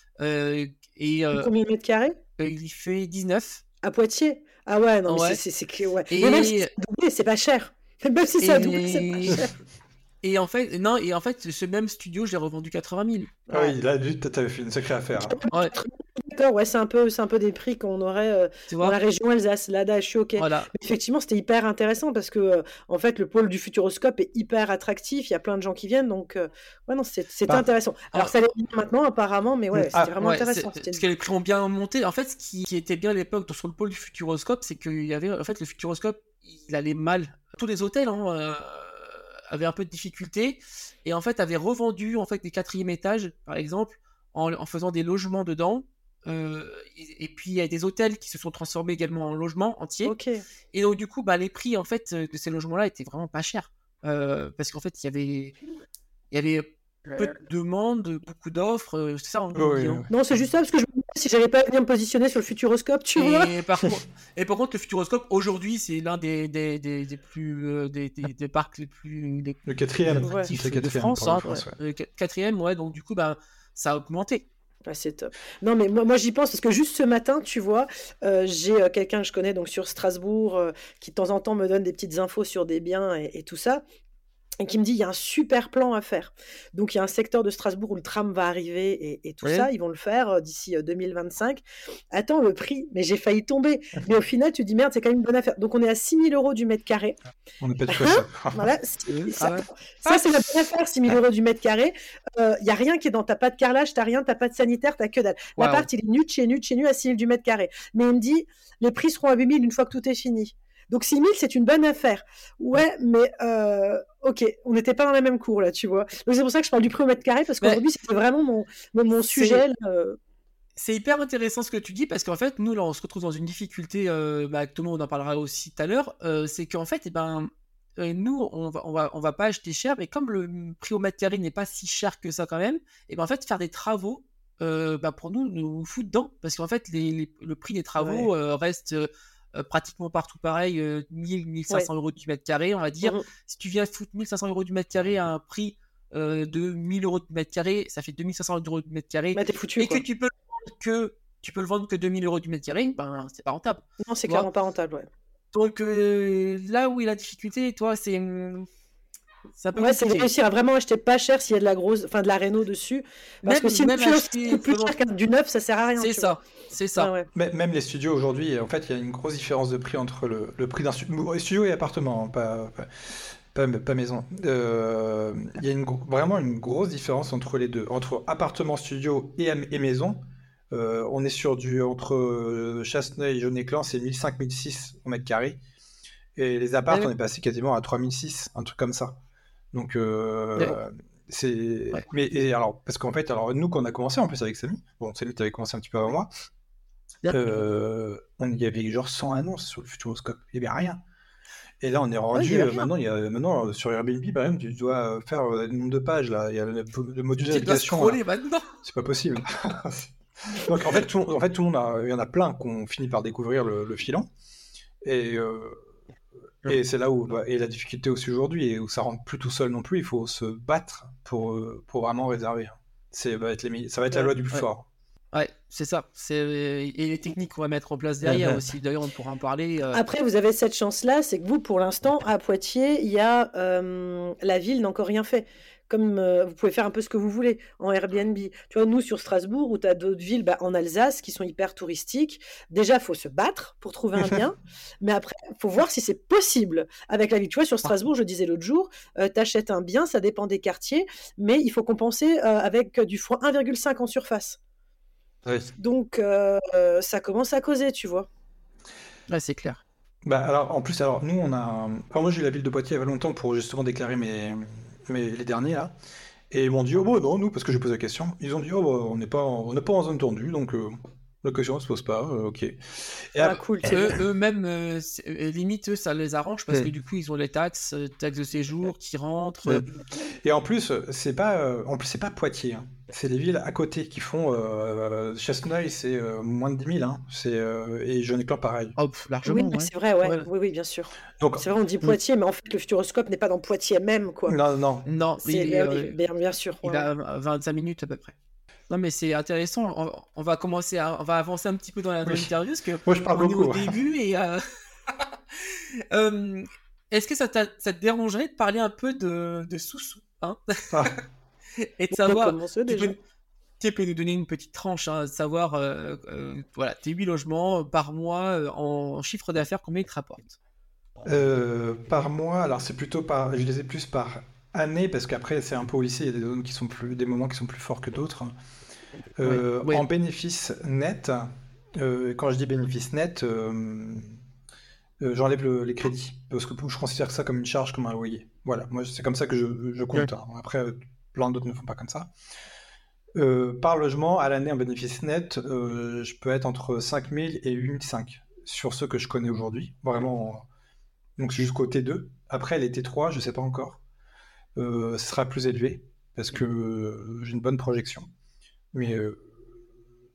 A: Et
C: combien de mètres carrés?
A: Il fait 19.
C: À Poitiers? Ah ouais, non, mais c'est que ouais. Et même si c'est doublé, c'est pas cher. Même si ça a doublé, c'est pas cher.
A: Et en fait, ce même studio, je l'ai revendu 80 000.
B: Ah oui, là, t'avais fait une sacrée affaire. Hein.
C: Ouais. D'accord, ouais, c'est un peu des prix qu'on aurait dans la région Alsace. Là, je suis ok.
A: Voilà.
C: Mais effectivement, c'était hyper intéressant parce que en fait, le pôle du Futuroscope est hyper attractif. Il y a plein de gens qui viennent, donc ouais, non, c'était intéressant. Alors ça l'est maintenant apparemment, mais ouais, c'était vraiment intéressant.
A: Parce que les prix ont bien monté. En fait, ce qui était bien à l'époque sur le pôle du Futuroscope, c'est qu'il y avait en fait le Futuroscope, il allait mal. Tous les hôtels avaient un peu de difficultés et en fait avaient revendu en fait des 4e étages, par exemple, en faisant des logements dedans. Et puis il y a des hôtels qui se sont transformés également en logements entiers.
C: Okay.
A: Et donc du coup, les prix en fait de ces logements-là étaient vraiment pas chers parce qu'en fait il y avait peu de demandes, beaucoup d'offres. C'est ça.
C: Non, c'est juste ça parce que je me si j'avais pas à venir me positionner sur le Futuroscope, tu vois.
A: Et par contre, le Futuroscope, aujourd'hui, c'est l'un des plus, des parcs les plus
B: Le quatrième,
A: attractifs
B: c'est le
A: de
B: quatrième
A: France.
B: pour la
A: Hein,
B: France, ouais.
A: Le quatrième, ouais, donc du coup, ça a augmenté.
C: Ah, c'est top. Non, mais moi j'y pense parce que juste ce matin, tu vois, j'ai quelqu'un que je connais donc sur Strasbourg qui de temps en temps me donne des petites infos sur des biens et tout ça. Et qui me dit, il y a un super plan à faire. Donc, il y a un secteur de Strasbourg où le tram va arriver et tout
A: Ouais.
C: ça. Ils vont le faire d'ici 2025. Attends, le prix, mais j'ai failli tomber. Mais au final, tu te dis, merde, c'est quand même une bonne affaire. Donc, on est à 6 000 € du mètre carré.
B: On n'est pas du tout à ça.
C: Voilà,
A: Ah ouais.
C: ça, c'est la bonne affaire, 6 000 € du mètre carré. Il n'y a rien qui est dans. Tu n'as pas de carrelage, tu n'as rien, tu n'as pas de sanitaire, tu n'as que dalle.
A: Waouh.
C: L'appart, il est nu de chez nu de chez nu à 6 000 du mètre carré. Mais il me dit, les prix seront à 8 000 une fois que tout est fini. Donc 6 000, c'est une bonne affaire. Ouais, mais ok, on n'était pas dans la même cour là, tu vois. Donc c'est pour ça que je parle du prix au mètre carré, parce qu'aujourd'hui, c'était vraiment mon sujet.
A: C'est hyper intéressant ce que tu dis, parce qu'en fait, nous, là, on se retrouve dans une difficulté, Thomas, on en parlera aussi tout à l'heure, c'est qu'en fait, nous, on va pas acheter cher, mais comme le prix au mètre carré n'est pas si cher que ça quand même, en fait, faire des travaux, pour nous fout dedans, parce qu'en fait, le prix des travaux reste pratiquement partout pareil, 1 500 € du mètre carré, on va dire. Si tu viens foutre 1 500 € du mètre carré à un prix de 1 000 € du mètre carré, ça fait 2 500 € du mètre carré,
C: t'es foutu,
A: et
C: quoi.
A: que tu peux le vendre que 2 000 € du mètre carré, c'est pas rentable.
C: Non, c'est clairement pas rentable, ouais.
A: Donc là où est la difficulté, toi, c'est un peu
C: c'est
A: compliqué.
C: réussir à vraiment acheter pas cher s'il y a de la réno dessus. Parce que si
A: même
C: tu
A: acheter
C: plus cher qu'un du neuf, ça sert à rien.
A: C'est ça.
C: Ouais.
B: Même les studios aujourd'hui, en fait, il y a une grosse différence de prix entre le prix d'un studio et appartement, pas maison. Il y a vraiment une grosse différence entre les deux. Entre appartement, studio et maison, on est sur entre Chasseneuil et Jaunet-Clan, c'est 1500-1600 au mètre carré. Et les apparts, on est passé quasiment à 3600, un truc comme ça. Donc, c'est.
A: Ouais.
B: Mais alors, parce qu'en fait, nous, quand on a commencé en plus avec Samy, bon, Samy, tu avais commencé un petit peu avant moi, il y avait genre 100 annonces sur le Futuroscope, il n'y avait rien. Et là, on est rendu, maintenant, sur Airbnb, par exemple, tu dois faire le nombre de pages, là, il y a le module d'application.
A: Tu dois scroller maintenant.
B: C'est pas possible. Donc, en fait, tout le monde, il y en a plein qui ont fini par découvrir le filon. Et c'est là où est la difficulté aussi aujourd'hui, et où ça rentre plus tout seul non plus, il faut se battre pour vraiment réserver. Ça va être la loi du plus fort.
A: Ouais, c'est ça. Et les techniques qu'on va mettre en place derrière aussi. D'ailleurs, on pourra en parler.
C: Après, vous avez cette chance-là, c'est que vous, pour l'instant, à Poitiers, il y a la ville n'a encore rien fait. Comme vous pouvez faire un peu ce que vous voulez en Airbnb. Tu vois, nous, sur Strasbourg, où tu as d'autres villes en Alsace qui sont hyper touristiques, déjà, il faut se battre pour trouver un bien. Mais après, il faut voir si c'est possible avec la ville. Tu vois, sur Strasbourg, je disais l'autre jour, tu achètes un bien, ça dépend des quartiers, mais il faut compenser avec du fois 1,5 en surface.
B: Ouais.
C: Donc, ça commence à causer, tu vois.
A: Ouais, c'est clair.
B: Alors, en plus, nous, on a. Enfin, moi, j'ai eu la ville de Poitiers il y a pas longtemps pour justement déclarer les derniers là. Et ils m'ont dit, oh, bon, non, nous, parce que j'ai posé la question, ils ont dit, oh, on n'est pas en zone tendue, donc la question ne se pose pas, ok. Et
C: cool.
A: Eux-mêmes, limite, ça les arrange parce que du coup, ils ont les taxes de séjour qui rentrent.
B: Et en plus, c'est pas Poitiers, hein. C'est les villes à côté qui font. Chasseneuil, c'est moins de 10 000, hein. Et Jaunet-Clan, pareil.
A: Oh, largement.
C: Oui, c'est vrai, ouais. Oui, bien sûr.
B: Donc,
C: c'est vrai, on dit Poitiers, mais en fait, le Futuroscope n'est pas dans Poitiers même, quoi.
B: Non.
C: Bien sûr.
A: Il a 25 minutes à peu près. Non, mais c'est intéressant. On va avancer un petit peu dans l'interview parce que
B: moi, je parle beaucoup.
A: On est au début et est-ce que ça te dérangerait de parler un peu de sous-sous, hein, et de savoir, tu peux nous donner une petite tranche, hein, de savoir, voilà, tes 8 logements par mois en chiffre d'affaires, combien ils te rapportent?
B: Par mois, alors c'est plutôt je les ai plus par année, parce qu'après c'est un peu au lycée, il y a des moments qui sont plus forts que d'autres. En bénéfice net, quand je dis bénéfice net, j'enlève les crédits, parce que je considère ça comme une charge, comme un loyer. Voilà, moi c'est comme ça que je compte. Hein. Après, plein d'autres ne font pas comme ça. Par logement, à l'année en bénéfice net, je peux être entre 5 000 et 8 500 sur ceux que je connais aujourd'hui. Vraiment, donc c'est jusqu'au T2. Après, les T3, je ne sais pas encore. Ce sera plus élevé, parce que j'ai une bonne projection. Mais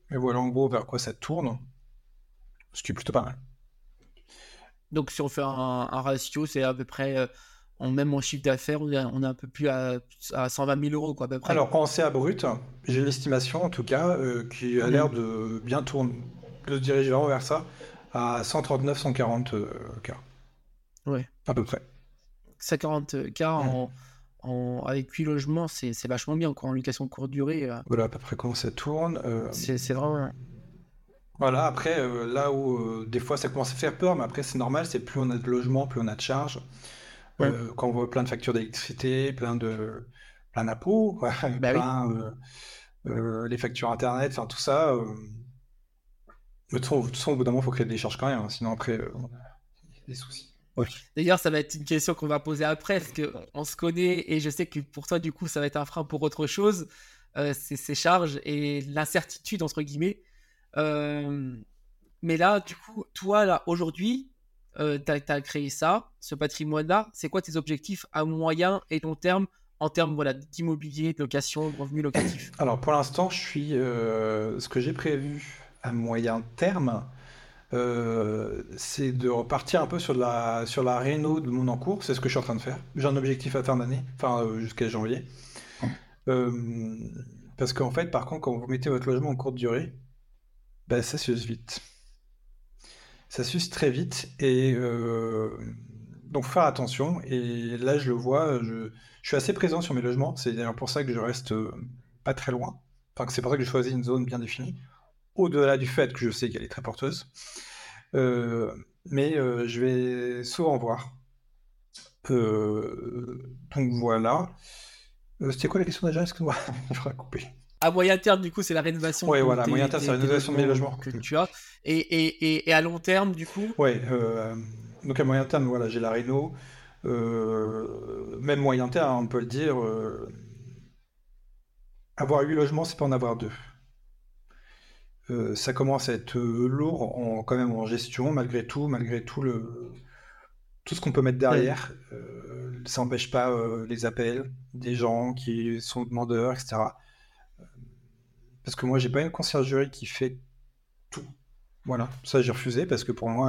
B: Et voilà en gros vers quoi ça tourne, ce qui est plutôt pas mal.
A: Donc, si on fait un ratio, c'est à peu près, même en chiffre d'affaires, on est un peu plus à 120 000 euros, quoi, à peu près.
B: Alors, quand c'est à brut, j'ai l'estimation en tout cas qui a l'air
A: Mhm.
B: de bien tourner, de se diriger vraiment vers ça, à 139-140 K,
A: Ouais.
B: à peu près.
A: 140 K avec 8 logements, c'est vachement bien, quoi, en location courte durée.
B: Voilà à peu près comment ça tourne.
A: C'est vraiment.
B: Voilà, après, là où des fois ça commence à faire peur, mais après c'est normal, c'est plus on a de logements, plus on a de charges.
A: Ouais.
B: Quand on voit plein de factures d'électricité, plein d'impôts, quoi,
A: Bah oui.
B: les factures internet, enfin tout ça. De toute façon, au bout d'un moment, il faut créer des charges quand même, hein, sinon après, on a des soucis. Ouais.
A: D'ailleurs, ça va être une question qu'on va poser après, parce qu'on se connaît et je sais que pour toi, du coup, ça va être un frein pour autre chose. C'est ces charges et l'incertitude, entre guillemets. Euh, mais là, du coup, toi, là, aujourd'hui, t'as créé ça, ce patrimoine-là. C'est quoi tes objectifs à moyen et long terme en termes voilà, d'immobilier, de location, de revenus locatifs?
B: Alors pour l'instant, ce que j'ai prévu à moyen terme, c'est de repartir un peu sur la réno de mon encours. C'est ce que je suis en train de faire. J'ai un objectif à fin d'année, enfin jusqu'à janvier. Euh, Parce qu'en fait, par contre, quand vous mettez votre logement en courte durée, bah, ça s'use vite. Ça s'use très vite et donc faut faire attention. Et là, je le vois, je suis assez présent sur mes logements. C'est d'ailleurs pour ça que je reste pas très loin. Enfin, c'est pour ça que j'ai choisi une zone bien définie. Au-delà du fait que je sais qu'elle est très porteuse. Mais je vais souvent voir. Donc voilà. C'était quoi la question déjà? Excuse-moi, je vais couper.
A: À moyen terme, du coup, c'est la rénovation
B: Ouais,
A: de
B: voilà, moyen terme, c'est la
A: tes
B: rénovation de mes
A: logements
B: logements.
A: que tu as. Et à long terme, du coup,
B: Ouais, donc à moyen terme, voilà, j'ai la réno. Même moyen terme, on peut le dire. Avoir 8 logements, c'est pas en avoir deux. Ça commence à être lourd quand même en gestion, malgré tout ce qu'on peut mettre derrière. Ça n'empêche pas les appels des gens qui sont demandeurs, etc. Parce que moi, j'ai pas une conciergerie qui fait tout. Voilà, ça j'ai refusé parce que pour moi,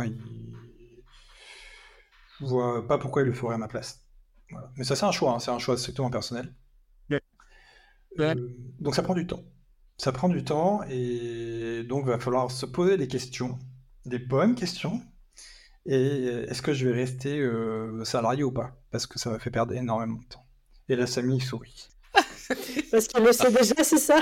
B: je vois pas pourquoi il le ferait à ma place. Voilà. Mais ça, c'est un choix, hein, c'est un choix strictement personnel.
A: ouais. Ouais.
B: Donc ça prend du temps. Ça prend du temps et donc il va falloir se poser des questions, des bonnes questions. Et est-ce que je vais rester salarié ou pas? Parce que ça m'a fait perdre énormément de temps. Et là, Samy sourit.
C: Parce qu'il le sait déjà, c'est ça?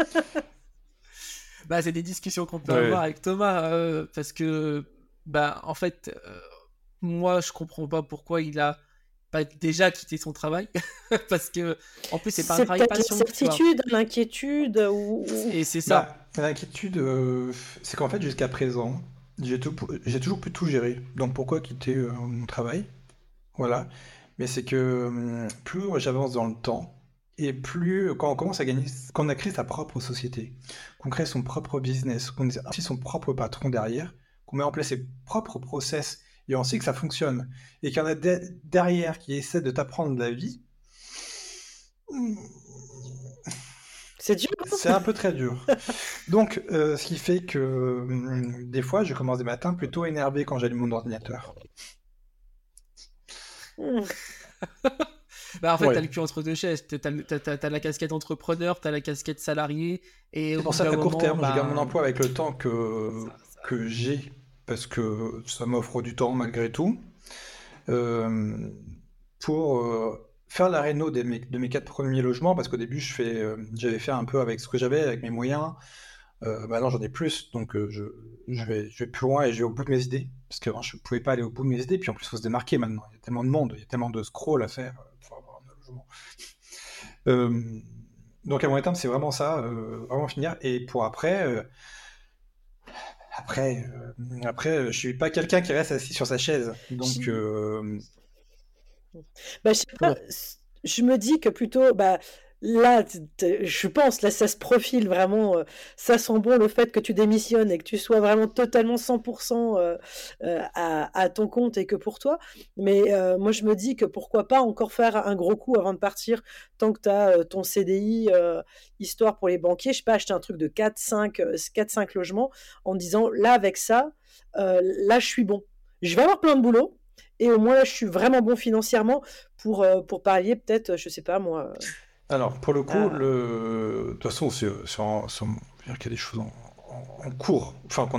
A: Bah, c'est des discussions qu'on peut
B: Ouais.
A: avoir avec Thomas, parce que, bah, en fait, moi, je comprends pas pourquoi il a pas déjà quitté son travail, parce que, en plus, c'est pas un
C: C'est
A: travail
C: peut-être
A: passion, tu vois.
C: l'incertitude, l'inquiétude
A: Et c'est ça.
B: Bah, l'inquiétude, c'est qu'en fait, jusqu'à présent, j'ai toujours pu tout gérer. Donc pourquoi quitter mon travail? Voilà. Mais c'est que plus j'avance dans le temps, et plus quand on commence à gagner, quand on a créé sa propre société, qu'on crée son propre business, qu'on est aussi son propre patron derrière, qu'on met en place ses propres process, et on sait que ça fonctionne, et qu'il y en a derrière qui essaient de t'apprendre la vie,
C: c'est dur.
B: c'est un peu très dur. Donc, ce qui fait que des fois, je commence des matins plutôt énervé quand j'allume mon ordinateur.
C: Hmm.
A: Bah, en fait, t'as
B: Ouais.
A: le cul entre deux chaises. T'as la casquette entrepreneur, t'as la casquette salarié, et
B: C'est
A: au
B: pour
A: bout
B: ça
A: d'un
B: qu'à court
A: moment,
B: terme, je garde mon
A: bah,
B: emploi avec le temps
A: ça- ça-
B: que j'ai, parce que ça m'offre du temps malgré tout, euh, pour faire la réno de mes 4 premiers logements, parce qu'au début, j'avais fait un peu avec ce que j'avais, avec mes moyens. Maintenant, j'en ai plus, donc je vais plus loin et je vais au bout de mes idées, parce qu'avant, je ne pouvais pas aller au bout de mes idées, puis en plus, il faut se démarquer maintenant. Il y a tellement de monde, il y a tellement de scrolls à faire pour avoir un logement. Euh, donc à moyen terme, c'est vraiment ça, vraiment finir. Et pour après, je suis pas quelqu'un qui reste assis sur sa chaise. Donc
C: Bah, je sais pas,
A: Ouais.
C: je me dis que plutôt, bah, là, je pense, là, ça se profile vraiment, ça sent bon le fait que tu démissionnes et que tu sois vraiment totalement 100% à ton compte et que pour toi. Mais moi, je me dis que pourquoi pas encore faire un gros coup avant de partir, tant que tu as ton CDI, histoire pour les banquiers, je sais pas, acheter un truc de 4-5 logements en disant, là, avec ça, là, je suis bon. Je vais avoir plein de boulot. Et au moins, là, je suis vraiment bon financièrement pour parier peut-être, je sais pas moi.
B: Alors, pour le coup,
C: à-
B: de toute façon, il y a des choses en cours, enfin,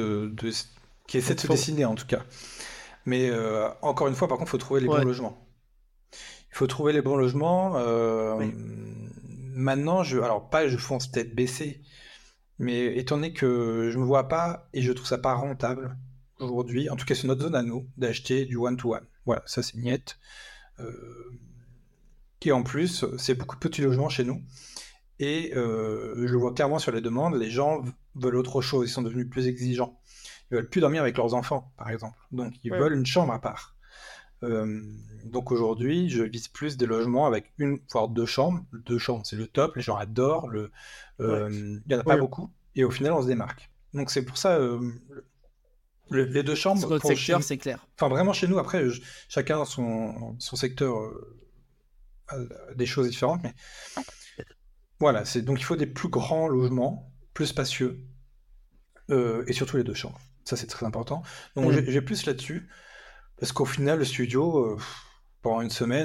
B: qui essaient de se
A: Faut-
B: dessiner en tout cas. Mais encore une fois, par contre, il faut trouver les bons
A: Ouais,
B: logements. Il faut trouver les bons logements.
A: ouais.
B: Maintenant, alors pas, je fonce tête baissée, mais étant donné que je me vois pas et je trouve ça pas rentable aujourd'hui, en tout cas c'est notre zone à nous, d'acheter du one-to-one. Voilà, ça c'est niette. Euh, et en plus, c'est beaucoup de petits logements chez nous. Et je le vois clairement sur les demandes, les gens veulent autre chose, ils sont devenus plus exigeants. Ils veulent plus dormir avec leurs enfants, par exemple. Donc ils
C: Ouais,
B: veulent une chambre à part. Euh, donc aujourd'hui, je vise plus des logements avec une, voire deux chambres. Deux chambres, c'est le top, les gens adorent.
C: ouais.
B: Il n'y en a pas
A: Ouais.
B: beaucoup, et au final, on se démarque. Donc c'est pour ça, les deux
A: Sur
B: chambres,
A: notre secteur, c'est clair.
B: enfin vraiment chez nous, après, chacun a son secteur a des choses différentes, mais voilà, donc il faut des plus grands logements, plus spacieux, et surtout les deux chambres. Ça, c'est très important. Donc
A: Mm.
B: j'ai plus là-dessus. Parce qu'au final, le studio, pendant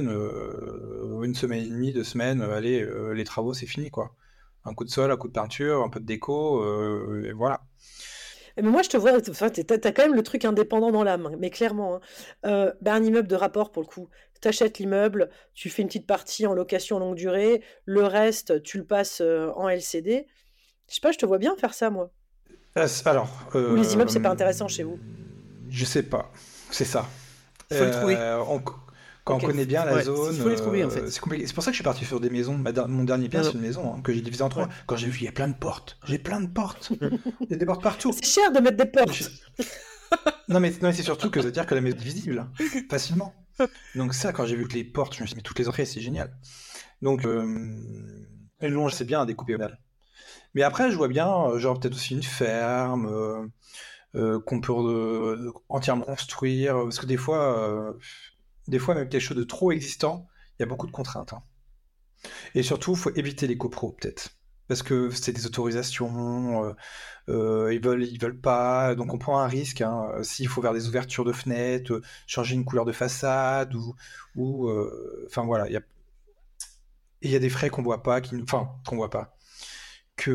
B: une semaine et demie, 2 semaines, allez, les travaux, c'est fini, quoi. Un coup de sol, un coup de peinture, un peu de déco, et voilà.
C: Mais moi, je te vois, enfin, t'as quand même le truc indépendant dans l'âme, mais clairement, hein. Un immeuble de rapport pour le coup. T'achètes l'immeuble, tu fais une petite partie en location longue durée, le reste, tu le passes en LCD. Je sais pas, je te vois bien faire ça, moi.
B: Alors,
C: Ou les immeubles, c'est pas intéressant chez vous.
B: je sais pas, c'est ça.
A: Il faut les trouver.
B: Quand on
A: Ok.
B: connaît bien la
A: Ouais, il
B: zone,
A: faut les trouver en fait.
B: c'est compliqué. C'est pour ça que je suis parti sur des maisons. Mon dernier bien,
A: Non,
B: c'est
A: non.
B: une maison que j'ai divisée en trois.
A: Ouais.
B: Quand j'ai vu, il y a plein de portes. J'ai plein de portes.
A: Mm.
B: Il y a des portes partout.
C: C'est cher de mettre des
B: Je-
C: portes.
B: non, mais c'est surtout que ça veut dire que la maison est visible facilement. Donc ça, quand j'ai vu que les portes, je me suis dit, mais toutes les entrées, c'est génial. Donc, et non, c'est bien à découper au final. Mais après, je vois bien, genre peut-être aussi une ferme qu'on peut entièrement construire, parce que des fois, même quelque chose de trop existant, il y a beaucoup de contraintes, hein. Et surtout, il faut éviter les copros, peut-être. Parce que c'est des autorisations, ils veulent pas, donc on prend un risque, hein, s'il faut faire des ouvertures de fenêtres, changer une couleur de façade, enfin voilà, il y a des frais qu'on voit pas, enfin, qu'on voit pas, que,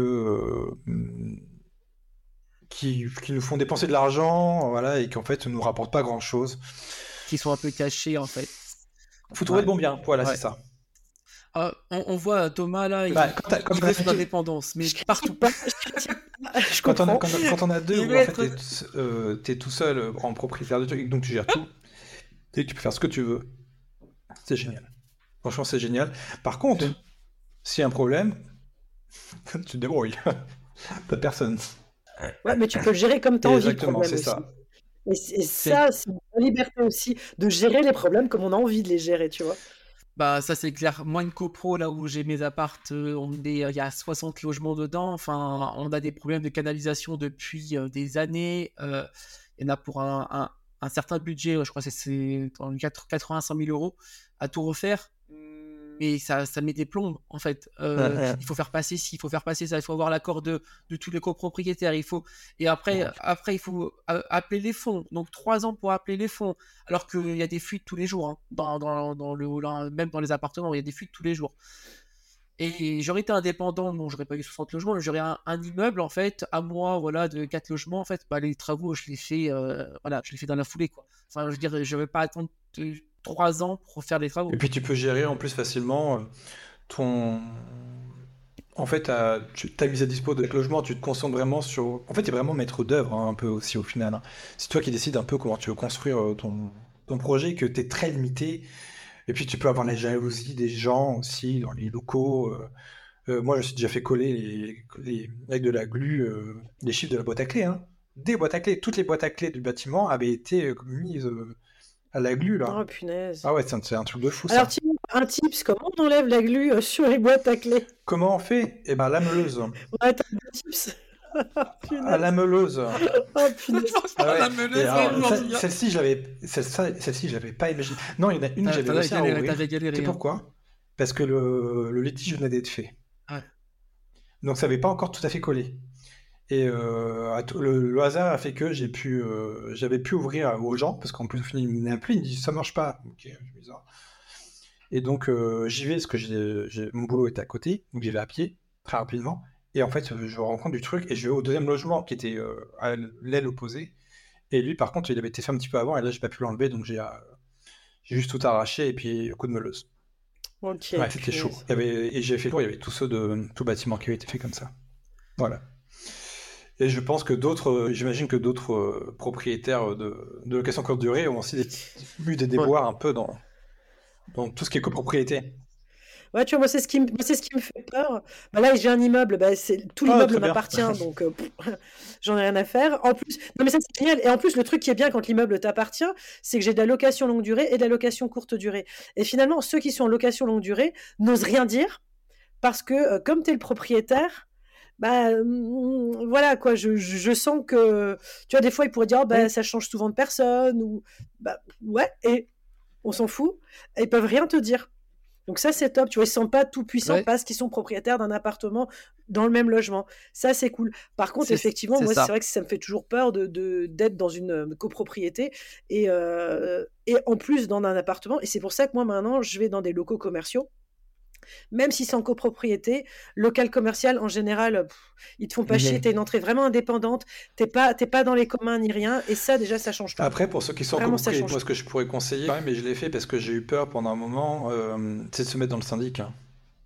B: qui nous font dépenser de l'argent, voilà, et qui en fait ne nous rapportent pas grand-chose.
A: Qui sont un peu cachés en fait.
B: Faut trouver
A: Ouais.
B: le bon bien, voilà, c'est
A: Ouais.
B: ça.
A: Ah, on voit Thomas là,
B: Bah, quand t'as-
A: il veut son indépendance, mais
C: Je critique
A: partout.
C: pas, je critique pas, je
B: quand
C: comprends.
B: quand on a deux,
A: Il
B: où
A: veut
B: en fait
A: être.
B: t'es tout seul en propriétaire de truc, donc tu gères tout, et tu peux faire ce que tu veux, c'est génial. Franchement, c'est génial. Par contre, s'il y a un problème, tu te débrouilles. T'as personne.
C: Ouais, mais tu peux le gérer comme tu as envie, le
B: Exactement,
C: problème
B: c'est
C: aussi.
B: ça.
C: Et ça, c'est une liberté aussi de gérer les problèmes comme on a envie de les gérer, tu vois.
A: Bah ça c'est clair. Moi une copro là où j'ai mes appartes, il y a 60 logements dedans. Enfin, on a des problèmes de canalisation depuis des années. Il y en a pour un certain budget, je crois que c'est dans les 80-100 000 euros à tout refaire. Mais ça met des plombes en fait. Il faut faire passer ci, il faut faire passer ça, il faut avoir l'accord de tous les copropriétaires. Et après il faut appeler les fonds. Donc 3 ans pour appeler les fonds. Alors qu'il y a des fuites tous les jours, hein. Même dans les appartements, il y a des fuites tous les jours. Et j'aurais été indépendant, bon, j'aurais pas eu 60 logements, mais j'aurais un immeuble, en fait, à moi, voilà, de 4 logements, en fait, bah, les travaux, je les fais, voilà, je les fais dans la foulée, quoi. Enfin, je veux dire, je vais pas attendre 3 ans pour faire les travaux.
B: Et puis tu peux gérer en plus facilement ton. En fait, t'as mis à dispo de logement, tu te concentres vraiment sur. En fait, t'es vraiment maître d'œuvre, hein, un peu aussi au final, hein. C'est toi qui décides un peu comment tu veux construire ton projet, que t'es très limité. Et puis tu peux avoir la jalousie des gens aussi dans les locaux. Moi, je me suis déjà fait coller avec de la glu les chiffres de la boîte à clés, hein. Des boîtes à clés, toutes les boîtes à clés du bâtiment avaient été mises à la glu là.
C: Oh, punaise.
B: Ah ouais, c'est un truc de fou
C: Alors,
B: ça.
C: Thibaut, Un tips, comment on enlève la glu sur les boîtes à clés?
B: Comment on fait? Eh ben, la meuleuse.
C: Ouais, t'as des tips?
B: À la
C: Punaise.
B: meuleuse.
C: Oh punaise.
B: Ah ouais.
A: La
B: Et
A: meuleuse
B: alors,
A: aujourd'hui.
B: celle-ci, je l'avais pas imaginé. Non, il y en a une que j'avais
A: T'avais
B: réussi à
A: galéré,
B: ouvrir.
A: t'avais
B: Tu sais
A: galéré. Hein.
B: pourquoi? Parce que le litige venait d'être fait.
A: Ouais.
B: Donc ça n'avait pas encore tout à fait collé. Et le hasard a fait que j'avais pu ouvrir aux gens, parce qu'en plus, il m'a appelé, il me dit ça marche pas. Ok, c'est bizarre. Et donc j'y vais, parce que mon boulot était à côté, donc j'y vais à pied, très rapidement. Et en fait, je rencontre du truc, et je vais au deuxième logement, qui était à l'aile opposée. Et lui, par contre, il avait été fait un petit peu avant, et là, j'ai pas pu l'enlever, donc j'ai juste tout arraché, et puis coup de meuleuse.
C: Ok,
B: Ouais, c'était chaud.
C: punaise.
B: Et j'ai fait le tour, il y avait tous ceux de tout bâtiment qui avaient été fait comme ça. Voilà. Et je pense que j'imagine que d'autres propriétaires de location courte durée ont aussi eu des déboires un peu dans tout ce qui est copropriété.
C: Ouais, tu vois, moi, c'est ce qui me fait peur. Bah, là, j'ai un immeuble, bah, tout
B: Ah,
C: l'immeuble
B: très bien.
C: m'appartient, donc j'en ai rien à faire. En plus, non, mais ça, c'est génial. Et en plus, le truc qui est bien quand l'immeuble t'appartient, c'est que j'ai de la location longue durée et de la location courte durée. Et finalement, ceux qui sont en location longue durée n'osent rien dire parce que, comme tu es le propriétaire, bah, voilà, quoi, je sens que, tu vois, des fois, ils pourraient dire, oh, bah,
B: Oui.
C: ça change souvent de personne, ou, bah, ouais, et on s'en fout. Et ils peuvent rien te dire. Donc ça, c'est top. Tu vois, ils ne sont pas tout puissants
A: Ouais.
C: parce qu'ils sont propriétaires d'un appartement dans le même logement. Ça, c'est cool. Par contre, effectivement, moi, c'est vrai que ça me fait toujours peur d'être dans une copropriété et en plus dans un appartement. Et c'est pour ça que moi, maintenant, je vais dans des locaux commerciaux. Même si c'est en copropriété, local commercial, en général, ils te font pas chier. Tu as une entrée vraiment indépendante. Tu n'es pas dans les communs ni rien. Et ça, déjà, ça change tout.
B: Après, pour ceux qui sont en
C: Vraiment, ça
B: copropriété,
C: change
B: moi, ce que je pourrais conseiller, quand même, et je l'ai fait parce que j'ai eu peur pendant un moment, c'est de se mettre dans le syndic. Hein.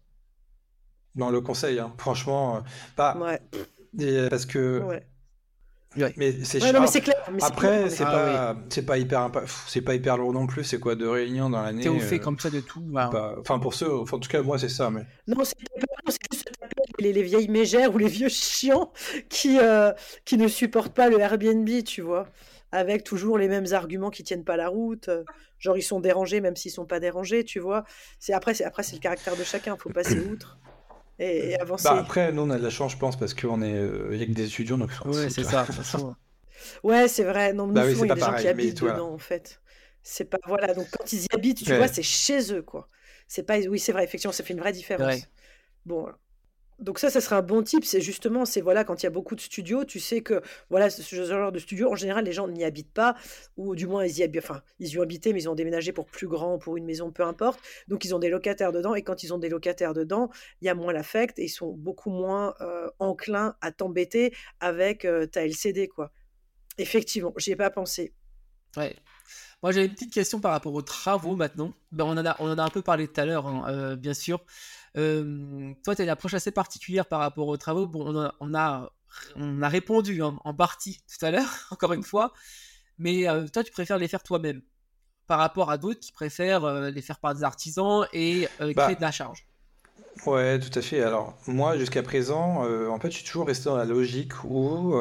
B: Dans le conseil, hein. Franchement,
C: tout. Ouais,
B: parce que.
C: ouais.
A: Ouais.
B: Mais c'est
C: Ouais, non, mais c'est clair. Mais c'est clair,
B: Après,
C: non, mais-
B: c'est pas c'est pas hyper lourd non plus. C'est quoi, 2 réunions dans l'année
A: T'es au fait comme ça de tout. Bah,
B: Enfin, pour ceux, enfin, en tout cas, moi, c'est ça. Mais
C: Non, c'est juste se taper les vieilles mégères ou les vieux chiants qui ne supportent pas le Airbnb, tu vois, avec toujours les mêmes arguments qui tiennent pas la route. Genre, ils sont dérangés même s'ils sont pas dérangés, tu vois. Après, c'est le caractère de chacun. Faut passer outre et
B: bah
C: avancer.
B: après, nous, on a de la chance, je pense, parce qu'on est, il y a que des étudiants, donc on
A: ouais,
B: s'en
A: c'est
B: fout.
A: ça. De toute façon.
C: Ouais, c'est vrai. Non, nous,
B: Bah oui,
C: souvent,
B: c'est
C: il y a
B: pas
C: des gens qui
B: pareil. Mais
C: habitent
B: voilà.
C: dedans, en fait. C'est pas, voilà. Donc, quand ils y habitent, tu vois,
B: Ouais.
C: c'est chez eux, quoi. C'est pas, oui, c'est vrai. Effectivement, ça fait une vraie
A: C'est
C: différence.
A: vrai.
C: Bon, voilà. Donc ça serait un bon type. C'est justement, c'est voilà, quand il y a beaucoup de studios, tu sais que voilà, ce genre de studio, en général, les gens n'y habitent pas, ou du moins ils y ont habité, mais ils ont déménagé pour plus grand, pour une maison, peu importe. Donc ils ont des locataires dedans, et quand ils ont des locataires dedans, il y a moins l'affect, et ils sont beaucoup moins enclins à t'embêter avec ta LCD, quoi. Effectivement, j'y ai pas pensé.
A: Ouais. Moi, j'avais une petite question par rapport aux travaux maintenant. Ben, on en a un peu parlé tout à l'heure, hein, bien sûr. Toi, tu as une approche assez particulière par rapport aux travaux. Bon, on a répondu hein, en partie tout à l'heure, encore une fois. Mais toi, tu préfères les faire toi-même par rapport à d'autres qui préfèrent les faire par des artisans et créer de
B: Bah
A: la charge.
B: ouais, tout à fait. Alors moi, jusqu'à présent, en fait, je suis toujours resté dans la logique où,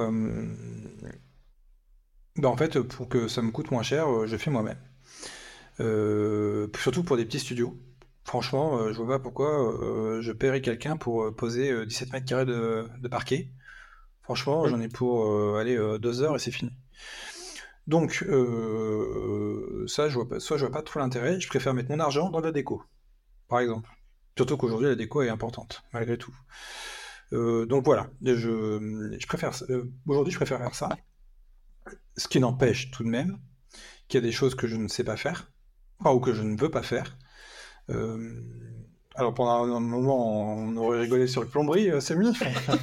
B: bah en fait, pour que ça me coûte moins cher, je fais moi-même. Surtout pour des petits studios. Franchement, je vois pas pourquoi je paierais quelqu'un pour poser 17 mètres carrés de parquet. Franchement,
A: Hum.
B: j'en ai pour aller 2 heures et c'est fini. Donc, ça, je vois pas trop l'intérêt. Je préfère mettre mon argent dans la déco, par exemple. Surtout qu'aujourd'hui, la déco est importante, malgré tout. Donc voilà, je préfère, aujourd'hui, je préfère faire ça. Ce qui n'empêche tout de même qu'il y a des choses que je ne sais pas faire, enfin, ou que je ne veux pas faire. Euh, alors pendant un moment, on aurait rigolé sur le plomberie, Samy.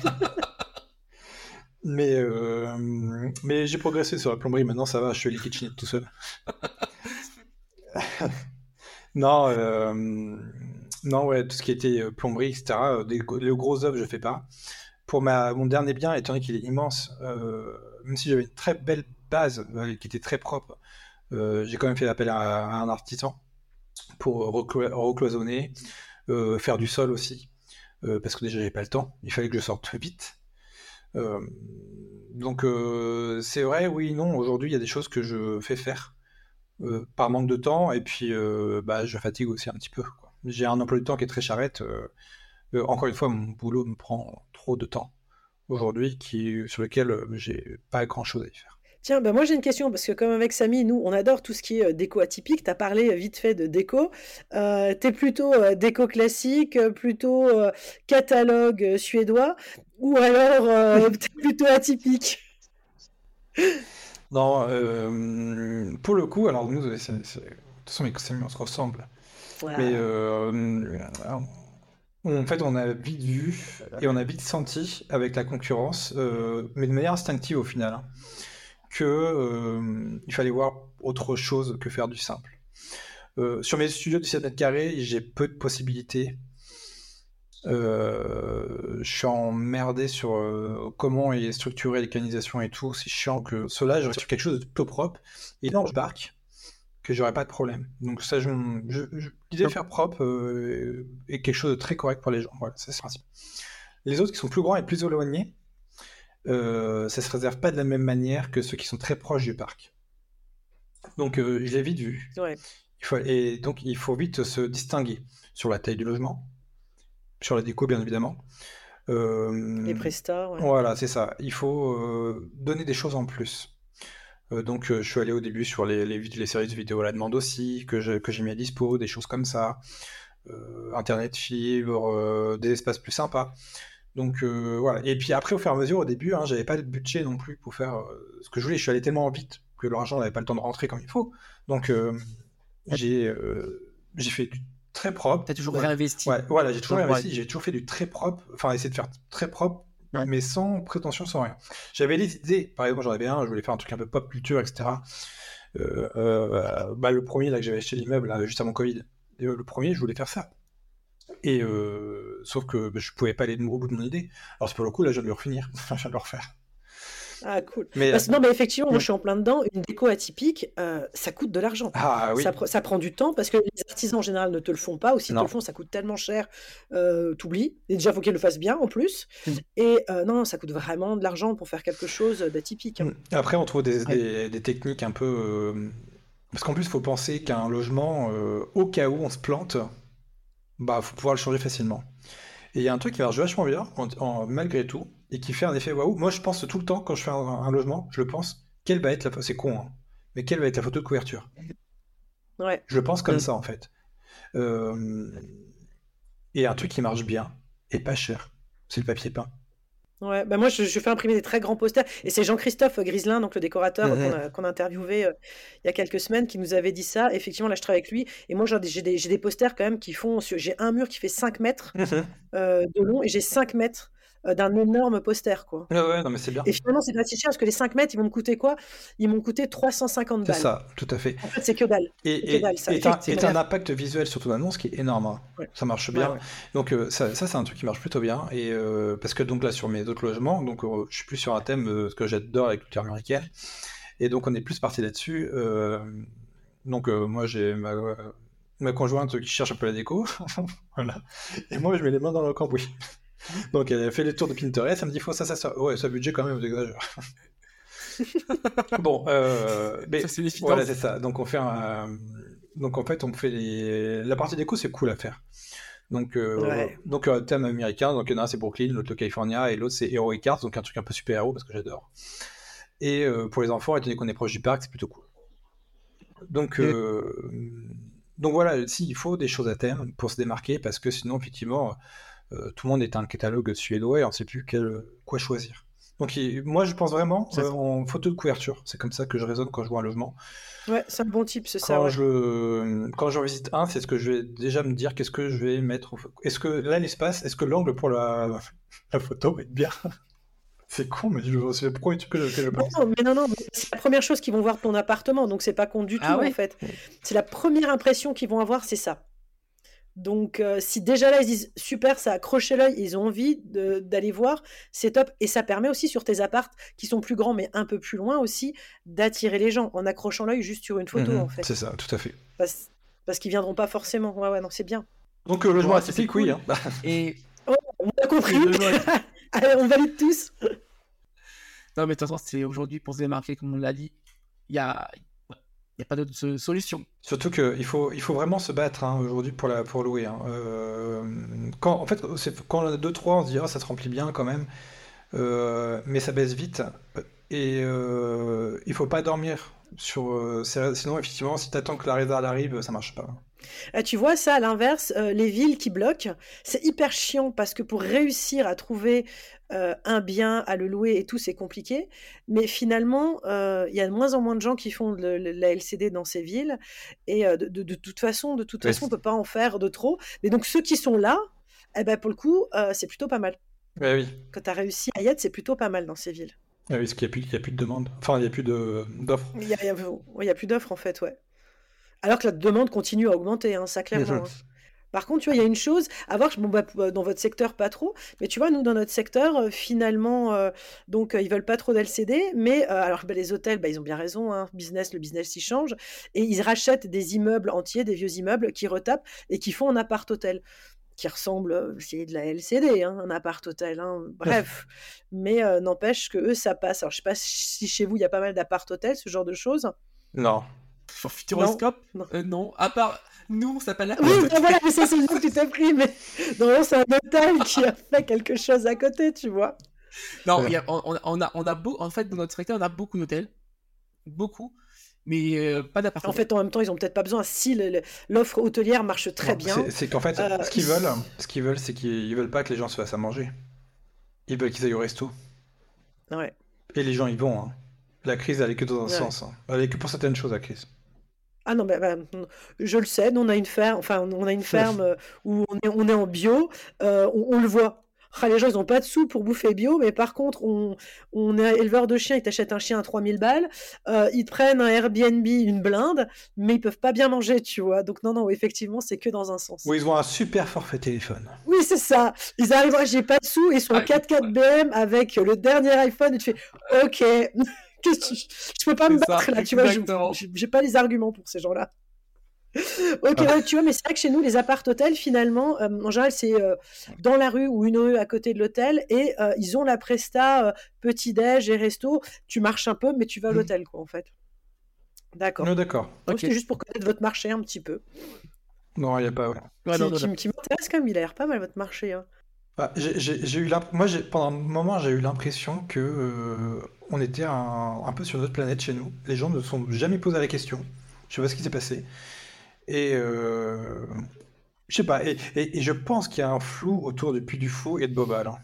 B: Mais j'ai progressé sur la plomberie, maintenant ça va, je fais les KitchenAid tout seul. Non, non, ouais, tout ce qui était plomberie, etc., les gros œuvres, je fais pas. Pour mon dernier bien, étant donné qu'il est immense, même si j'avais une très belle base qui était très propre, j'ai quand même fait appel à un artisan pour recloisonner, faire du sol aussi, parce que déjà j'avais pas le temps, il fallait que je sorte vite. Euh, donc c'est vrai, oui, non, aujourd'hui il y a des choses que je fais faire par manque de temps, et puis bah, je fatigue aussi un petit peu, quoi. J'ai un emploi du temps qui est très charrette. Encore une fois, mon boulot me prend trop de temps aujourd'hui, sur lequel j'ai pas grand-chose à y faire.
C: Tiens, moi j'ai une question, parce que comme avec Samy, nous, on adore tout ce qui est déco atypique. Tu as parlé vite fait de déco. T'es plutôt déco classique, plutôt catalogue suédois, ou alors t'es plutôt atypique?
B: Non, pour le coup, alors nous, de toute façon, avec Samy, on se ressemble. Mais en fait, on a vite vu et on a vite senti avec la concurrence, mais de manière instinctive au final, hein, que il fallait voir autre chose que faire du simple. Sur mes studios de 17 mètres carrés, j'ai peu de possibilités. Je suis emmerdé sur comment est structurée l'organisation et tout. C'est chiant que cela, je reste sur quelque chose de plutôt propre. Et non, je barque que j'aurais pas de problème. Donc ça, l'idée de faire propre est quelque chose de très correct pour les gens. Voilà, c'est le principe. Les autres qui sont plus grands et plus éloignés, ça se réserve pas de la même manière que ceux qui sont très proches du parc. Donc je l'ai vite vu.
C: Ouais.
B: Donc il faut vite se distinguer sur la taille du logement, sur la déco bien évidemment.
C: Les prestats, ouais.
B: Voilà, c'est ça. Il faut donner des choses en plus. Donc je suis allé au début sur les séries de vidéos à la demande aussi, que j'ai mis à dispo, des choses comme ça. Internet fibre, des espaces plus sympas. Donc voilà. Et puis après, au fur et à mesure, au début, hein, j'avais pas le budget non plus pour faire ce que je voulais. Je suis allé tellement vite que l'argent n'avait pas le temps de rentrer comme il faut. Donc j'ai fait du très propre.
A: T'as toujours réinvesti.
B: Ouais, voilà, j'ai toujours réinvesti. J'ai toujours fait du très propre. Enfin, essayer de faire très propre, mais sans prétention, sans rien. J'avais des idées. Par exemple, j'en avais un. Je voulais faire un truc un peu pop culture, etc. Le premier là que j'avais acheté l'immeuble là, juste avant Covid. Le premier, je voulais faire ça. Et sauf que je pouvais pas aller au bout de mon idée. Alors c'est pour le coup, là, je viens de le refinir. Je viens de le refaire.
C: Ah, cool. Mais effectivement, moi je suis en plein dedans. Une déco atypique, ça coûte de l'argent.
B: Ah oui.
C: Ça prend du temps parce que les artisans en général ne te le font pas. Ou s'ils te le font, ça coûte tellement cher, t'oublies. Et déjà, il faut qu'ils le fassent bien en plus. Et non, ça coûte vraiment de l'argent pour faire quelque chose d'atypique. Hein.
B: Après, on trouve des techniques un peu. Parce qu'en plus, il faut penser qu'un logement, au cas où on se plante, faut pouvoir le changer facilement. Et il y a un truc qui marche vachement bien, malgré tout, et qui fait un effet waouh. Moi, je pense tout le temps, quand je fais un logement, je le pense, quelle va être la photo, c'est con, hein, mais quelle va être la photo de couverture.
C: Ouais.
B: Je le pense comme ça, en fait. Et un truc qui marche bien, et pas cher, c'est le papier peint.
C: Ouais, moi je fais imprimer des très grands posters et c'est Jean-Christophe Griselin, donc le décorateur qu'on a interviewé il y a quelques semaines, qui nous avait dit ça. Effectivement, là je travaille avec lui et moi j'ai des posters quand même qui font, j'ai un mur qui fait 5 mètres de long et j'ai 5 mètres d'un énorme poster, quoi.
B: Ouais, non mais c'est bien.
C: Et finalement c'est pas si cher parce que les 5 mètres ils vont me coûter quoi? Ils m'ont coûté 350 balles.
B: C'est ça, tout à fait.
C: En fait c'est que dalle.
B: Et un impact visuel sur ton annonce qui est énorme. Hein. Ouais. Ça marche bien. Ouais. Donc ça c'est un truc qui marche plutôt bien. Et parce que donc là sur mes autres logements, donc je suis plus sur un thème ce que j'adore la culture américaine. Et donc on est plus parti là-dessus. Donc moi j'ai ma conjointe qui cherche un peu la déco. Voilà. Et moi je mets les mains dans le cambouis. Donc elle a fait les tours de Pinterest, elle me dit faut ça. Ouais, ça budget quand même, j'exagère. Bon, mais
A: ça,
B: voilà, c'est ça. Donc on fait donc en fait on fait la partie déco, c'est cool à faire. Donc thème américain, donc il y en a un c'est Brooklyn, l'autre le California et l'autre c'est Heroic Arts, donc un truc un peu super héros parce que j'adore. Et pour les enfants, étant donné qu'on est proche du parc, c'est plutôt cool. Donc voilà, il faut des choses à thème pour se démarquer parce que sinon effectivement tout le monde est un catalogue suédois et on ne sait plus quoi choisir. Donc moi je pense vraiment en photo de couverture. C'est comme ça que je raisonne quand je vois un logement.
C: Ouais, c'est un bon type, c'est
B: ça.
C: Ouais.
B: Quand j'en visite un, c'est ce que je vais déjà me dire, qu'est-ce que je vais mettre. Est-ce que là l'espace, est-ce que l'angle pour la photo va être bien? C'est con, mais c'est le premier truc que je pense.
C: Non, c'est la première chose qu'ils vont voir de ton appartement, donc c'est pas con du tout en fait. C'est la première impression qu'ils vont avoir, c'est ça. Donc si déjà là ils disent super, ça accroche l'œil, ils ont envie d'aller voir, c'est top. Et ça permet aussi sur tes appartes qui sont plus grands mais un peu plus loin aussi d'attirer les gens en accrochant l'œil juste sur une photo en fait.
B: C'est ça, tout à fait.
C: Parce qu'ils viendront pas forcément. Ouais, non, c'est bien.
B: Donc le logement atypique, cool. Oui. Hein.
A: Et
C: on a compris. Allez, on valide tous.
A: Non mais de toute façon c'est aujourd'hui pour se démarquer comme on l'a dit. Il y a n'y a pas d'autre solution.
B: Surtout qu'il faut vraiment se battre aujourd'hui pour louer. En fait, quand on en a 2-3, on se dit ah, ça se remplit bien quand même. Mais ça baisse vite. Et il faut pas dormir. Sinon, effectivement, si tu attends que la réserve arrive, ça marche pas.
C: Tu vois, ça, à l'inverse, les villes qui bloquent, c'est hyper chiant parce que pour réussir à trouver un bien, à le louer et tout, c'est compliqué. Mais finalement, il y a de moins en moins de gens qui font la LCD dans ces villes. Et de toute façon,
B: Ouais,
C: on peut pas en faire de trop. Mais donc, ceux qui sont là, eh ben, pour le coup, c'est plutôt pas mal.
B: ouais, oui.
C: Quand tu as réussi à y être, c'est plutôt pas mal dans ces villes.
B: Ah oui, parce qu'il y a plus de demande. Enfin, il y a plus d'offres.
C: Ouais, il y a plus d'offres, en fait, ouais. Alors que la demande continue à augmenter, hein, ça clairement, hein. Par contre, tu vois, il y a une chose à voir, bon, bah, dans votre secteur, pas trop, mais tu vois, nous, dans notre secteur, finalement, donc, ils veulent pas trop d'LCD, mais alors, bah, les hôtels, bah, ils ont bien raison, hein, le business, il change, et ils rachètent des immeubles entiers, des vieux immeubles, qui retapent et qui font un appart-hôtel, qui ressemble, c'est de la LCD, hein, un appart-hôtel, hein, bref. Mais n'empêche que eux, ça passe. Alors, je sais pas si chez vous, il y a pas mal d'appart-hôtels, ce genre de choses.
B: Non.
A: Sur Futuroscope,
C: Non.
A: non. À part, nous, on s'appelle
C: Oui, ben voilà, mais ça, c'est le nom que tu t'es pris, mais normalement, c'est un hôtel qui a fait quelque chose à côté, tu vois.
A: Non, on a en fait, dans notre secteur, on a beaucoup d'hôtels. Beaucoup. Mais pas d'appartements.
C: En fait, en même temps, ils ont peut-être pas besoin. Si l'offre hôtelière marche très bien.
B: C'est qu'en fait, ce qu'ils veulent, c'est qu'ils veulent pas que les gens se fassent à manger. Ils veulent qu'ils aillent au resto.
C: Ouais.
B: Et les gens y vont. Hein. La crise, elle est que dans un sens. Hein. Elle est que pour certaines choses, la crise.
C: Ah non, je le sais, nous on a une ferme, où on est en bio, on le voit. Ah, les gens, ils n'ont pas de sous pour bouffer bio, mais par contre, on est éleveur de chiens, ils t'achètent un chien à 3000 balles, ils te prennent un Airbnb, une blinde, mais ils peuvent pas bien manger, tu vois. Donc non, effectivement, c'est que dans un sens.
B: Oui, ils ont un super forfait téléphone.
C: Oui, c'est ça. Ils arrivent, j'ai pas de sous, ils sont en 4x4 BM avec le dernier iPhone, et tu fais, ok, je peux pas me battre là, tu vois, j'ai pas les arguments pour ces gens-là. Ok, ouais, tu vois, mais c'est vrai que chez nous, les appart-hôtels, finalement, en général, c'est dans la rue ou une rue à côté de l'hôtel, et ils ont la presta petit-déj et resto. Tu marches un peu, mais tu vas à l'hôtel, quoi, en fait. D'accord.
B: Non, d'accord.
C: Donc, c'était juste pour connaître votre marché un petit peu.
B: Non, il n'y a pas.
C: Qui m'intéresse quand même, il a l'air pas mal, votre marché. Hein.
B: Bah, pendant un moment, j'ai eu l'impression que on était un peu sur notre planète chez nous. Les gens ne se sont jamais posé la question. Je sais pas ce qui s'est passé. Et je sais pas. Et je pense qu'il y a un flou autour du Puy du Fou et de Beauval. Hein.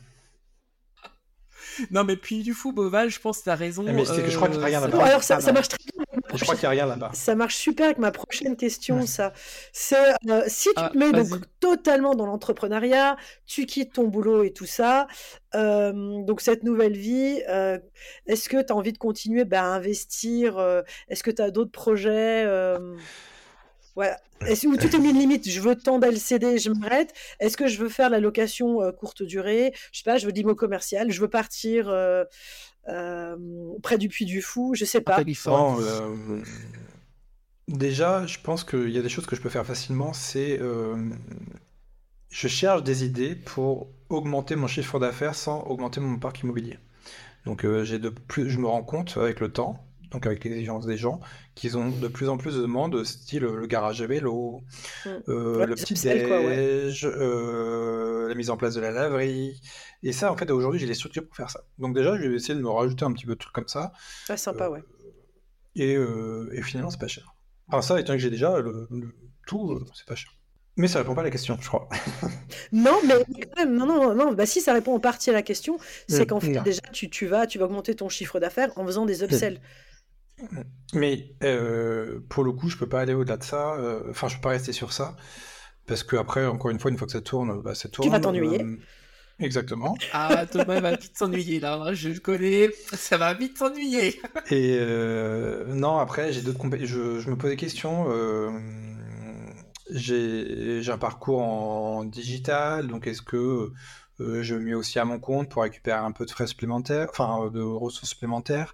A: Non, mais Puy du Fou, Beauval, je pense que t'as raison.
B: Mais c'est que je crois qu'il n'y a rien là-bas.
C: Non, alors ça marche très bien.
B: Je crois qu'il n'y a rien là-bas.
C: Ça marche super avec ma prochaine question, ça. C'est si tu te mets donc totalement dans l'entrepreneuriat, tu quittes ton boulot et tout ça, donc cette nouvelle vie, est-ce que tu as envie de continuer à investir est-ce que tu as d'autres projets voilà. Où tu t'es mis une limite, je veux tant d'LCD, je m'arrête. Est-ce que je veux faire la location courte durée? Je sais pas, je veux de l'IMO commercial, je veux partir près du Puy du Fou, je sais pas.
B: Non, déjà, je pense qu'il y a des choses que je peux faire facilement, c'est je cherche des idées pour augmenter mon chiffre d'affaires sans augmenter mon parc immobilier. Donc je me rends compte avec le temps, donc avec l'exigence des gens, qu'ils ont de plus en plus de demandes, style le garage à vélo, le petit déj, la mise en place de la laverie. Et ça, en fait, aujourd'hui, j'ai les structures pour faire ça. Donc déjà, je vais essayer de me rajouter un petit peu de trucs comme ça.
C: Ah, sympa, ouais.
B: Et finalement, c'est pas cher. Enfin, ça, étant que j'ai déjà tout, c'est pas cher. Mais ça répond pas à la question, je crois.
C: Non, mais quand même, non. Bah, si ça répond en partie à la question, c'est qu'en fait, déjà, tu vas augmenter ton chiffre d'affaires en faisant des upsells.
B: Mais pour le coup, je peux pas aller au-delà de ça. Enfin, je peux pas rester sur ça. Parce que après, encore une fois que ça tourne, ça tourne.
C: Tu vas t'ennuyer.
B: Exactement.
A: Ah, Thomas va vite s'ennuyer là, je le connais, ça va vite s'ennuyer.
B: Et non, après, j'ai d'autres je me pose des questions. J'ai un parcours en digital, donc est-ce que je me mets aussi à mon compte pour récupérer un peu de frais supplémentaires, enfin de ressources supplémentaires.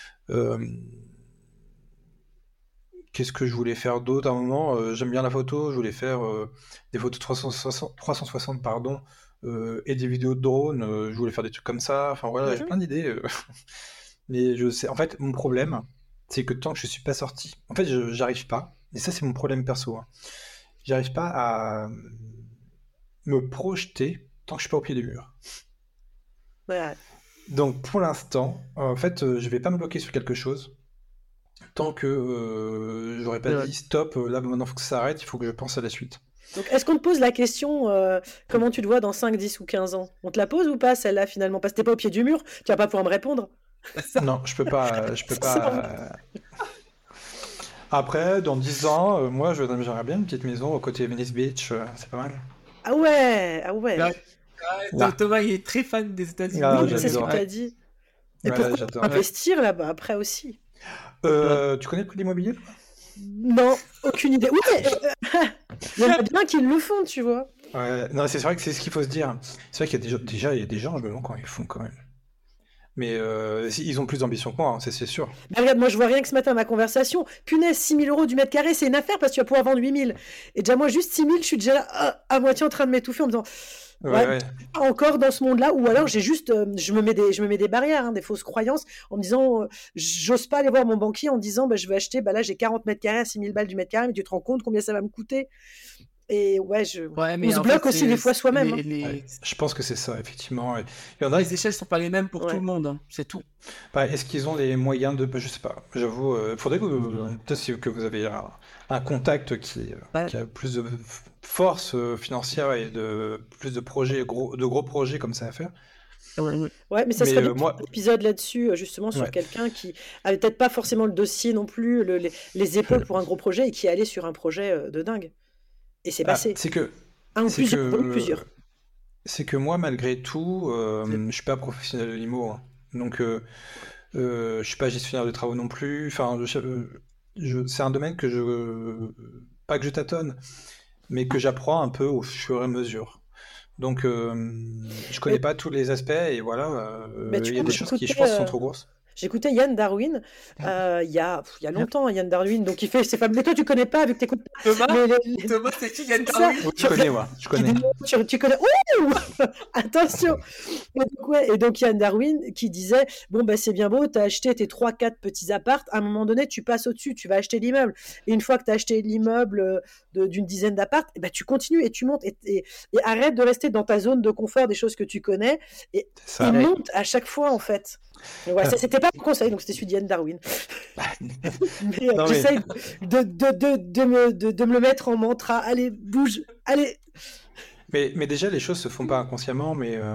B: Qu'est-ce que je voulais faire d'autre à un moment? J'aime bien la photo, je voulais faire des photos 360 pardon, et des vidéos de drone, je voulais faire des trucs comme ça, enfin voilà, j'ai plein d'idées. Mais je sais, en fait, mon problème, c'est que tant que je suis pas sorti, en fait, j'arrive pas, et ça c'est mon problème perso, hein. J'arrive pas à me projeter tant que je suis pas au pied du mur.
C: Ouais.
B: Donc pour l'instant, en fait, je vais pas me bloquer sur quelque chose tant que j'aurais pas
A: Ouais.
B: dit stop, là maintenant faut que ça s'arrête, il faut que je pense à la suite.
C: Donc, est-ce qu'on te pose la question comment tu te vois dans 5, 10 ou 15 ans? On te la pose ou pas, celle-là, finalement? Parce que t'es pas au pied du mur, tu vas pas pouvoir me répondre.
B: Non, je peux pas, je peux
C: C'est ça.
B: pas. Après, dans 10 ans, moi, j'aimerais bien une petite maison au côté de Venice Beach, c'est pas mal.
C: Ah ouais, ah ouais.
A: Ouais.
B: Là.
A: Thomas, il est très fan des États-Unis.
B: Ah,
C: Oui, c'est ce que
B: j'adore.
C: tu as dit. Et
B: Ouais,
C: pourquoi
B: j'adore.
C: investir là-bas après aussi?
B: Tu connais le prix de l'immobilier, toi?
C: Non, aucune idée. Oui, mais il y en a bien qui le font, tu vois.
B: Ouais, non, c'est vrai que c'est ce qu'il faut se dire. C'est vrai qu'il y a déjà, il y a des gens, je me demande quand ils font quand même. Mais ils ont plus d'ambition que moi, hein, c'est sûr.
C: Mais regarde, moi je vois rien que ce matin ma conversation. Punaise, 6 000 euros du mètre carré, c'est une affaire parce que tu vas pouvoir vendre 8 000. Et déjà, moi, juste 6 000, je suis déjà là, à moitié en train de m'étouffer en me disant,
B: Ouais.
C: pas encore dans ce monde-là. Ou alors, j'ai juste, je me mets des barrières, hein, des fausses croyances, en me disant, j'ose pas aller voir mon banquier en disant, bah, je vais acheter, bah là, j'ai 40 mètres carrés à 6 000 balles du mètre carré, mais tu te rends compte combien ça va me coûter? Et ouais,
A: Ouais,
C: on
A: mais
C: se
A: en
C: bloque
A: fait,
C: aussi des fois soi-même.
A: les,
C: hein.
A: les,
B: Ouais, je pense que c'est ça, effectivement. Il y en a,
A: les échelles sont pas les mêmes pour tout
C: Ouais.
A: le monde, hein, c'est tout.
B: bah, est-ce qu'ils ont les moyens de. Je sais pas, j'avoue, faudrait que peut-être que vous avez un contact
A: Ouais.
B: qui a plus de force financière et de plus de projets, de gros projets comme ça à faire.
C: Ouais, mais ça
B: Mais
C: serait bien de faire
B: moi,
C: un épisode là-dessus, justement, sur
B: ouais.
C: quelqu'un qui avait peut-être pas forcément le dossier non plus, les épaules pour un gros projet et qui est allé sur un projet de dingue. Et c'est
B: Ah,
C: passé.
B: c'est que.
C: Un ou
B: C'est
C: plusieurs, oui, plusieurs.
B: que. C'est que moi, malgré tout, je suis pas professionnel de l'IMO, hein. Donc, je suis pas gestionnaire de travaux non plus. Enfin, c'est un domaine que pas que je tâtonne, mais que j'apprends un peu au fur et à mesure. Donc, je connais
C: Mais,
B: pas tous les aspects et voilà,
C: mais tu
B: il y a
C: vois,
B: des choses qui, je pense, sont trop grosses.
C: j'écoutais Yann Darwin il y a longtemps, hein, Yann Darwin. Donc il fait ses fameux. Mais toi, tu connais pas vu que t'écoutes pas.
A: Thomas,
C: Mais
A: Thomas, c'est qui Yann
C: ça,
A: Darwin?
B: Oui, je connais, moi, je connais.
C: tu connais. Ouh Attention. Et donc Yann Darwin qui disait bon bah c'est bien beau, t'as acheté tes 3-4 petits appartes. À un moment donné, tu passes au-dessus, tu vas acheter l'immeuble. Et une fois que t'as acheté l'immeuble d'une dizaine d'appartes, et ben tu continues et tu montes et arrête de rester dans ta zone de confort des choses que tu connais. Et
B: C'est ça.
C: il monte à chaque fois en fait. Donc, ouais, ça c'était pas mon conseil, donc c'était celui d'Yann Darwin. Mais
B: Non, mais-
C: j'essaye de me le mettre en mantra. Allez, bouge, allez.
B: Mais déjà, les choses se font pas inconsciemment,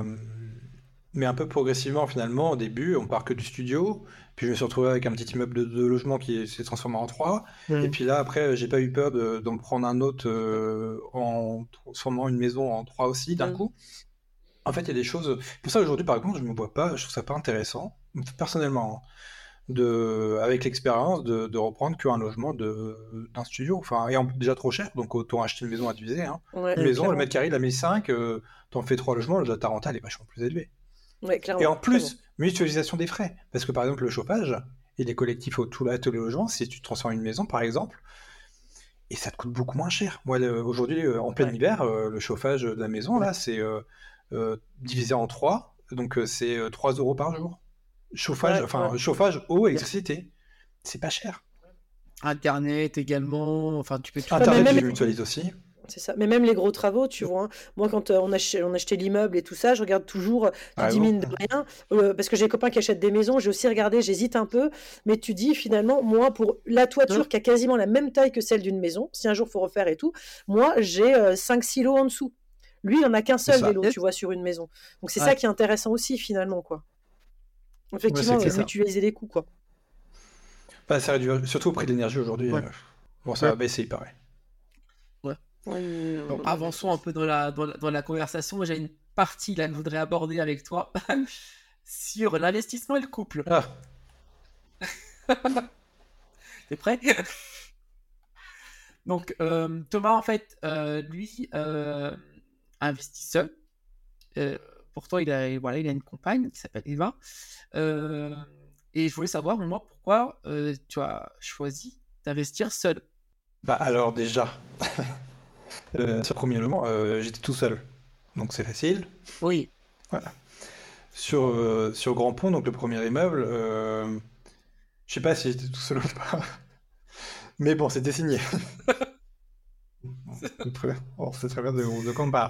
B: mais un peu progressivement finalement. Au début, on part que du studio, puis je me suis retrouvé avec un petit immeuble de logement qui s'est transformé en 3. Et puis là, après, j'ai pas eu peur d'en prendre un autre en transformant une maison en 3 aussi d'un coup. En fait, il y a des choses. Pour ça, aujourd'hui, par exemple, je me vois pas, je trouve ça pas intéressant, personnellement, hein, avec l'expérience, de reprendre qu'un logement d'un studio. Enfin, et déjà trop cher, donc autant acheter une maison à diviser, hein.
C: Ouais,
B: Une maison, le
C: clairement.
B: mètre carré, la 1005, t'en fais 3 logements, ta renta elle est vachement plus élevée.
C: Ouais,
B: Et
C: clairement.
B: en plus, mutualisation des frais. Parce que par exemple, le chauffage, il est collectif à tous les logements. Si tu transformes une maison, par exemple, et ça te coûte beaucoup moins cher. Moi, aujourd'hui, en plein
C: Ouais.
B: hiver, le chauffage de la maison, là, c'est divisé en 3. Donc, c'est 3 euros par jour. Chauffage,
C: Ouais,
B: enfin,
C: ouais.
B: chauffage, eau, électricité. C'est pas cher.
A: Internet également, enfin tu peux tout.
C: mais
B: Internet,
C: même-
B: je mutualise aussi.
C: C'est ça. Mais même les gros travaux, tu vois. Hein. Moi, quand on achetait l'immeuble et tout ça, je regarde toujours, tu
B: Ah,
C: dis
B: bon.
C: mine de rien, parce que j'ai des copains qui achètent des maisons, j'ai aussi regardé, j'hésite un peu, mais tu dis finalement, moi, pour la toiture qui a quasiment la même taille que celle d'une maison, si un jour il faut refaire et tout, moi, j'ai 5 silos en dessous. Lui, il en a qu'un seul
B: ça.
C: vélo, tu vois, sur une maison. Donc c'est
A: Ouais.
C: ça qui est intéressant aussi, finalement, quoi. Effectivement,
B: c'est ça.
C: mutualiser les coûts, quoi.
B: Bah, ça réduit, surtout au prix de l'énergie aujourd'hui.
A: Ouais.
B: Bon, ça va baisser, il paraît.
A: Donc, avançons un peu dans la conversation. Moi, j'ai une partie là que je voudrais aborder avec toi sur l'investissement et le couple.
B: Ah,
A: T'es prêt? Donc, Thomas, en fait, lui, investit seul. Pourtant, il a une compagne qui s'appelle Eva. Et je voulais savoir, moi, pourquoi tu as choisi d'investir seul.
B: bah alors déjà, sur le premier logement, j'étais tout seul. Donc c'est facile. Je sais pas si j'étais tout seul ou pas. Mais bon, c'était signé. On sait très bien de quoi on parle.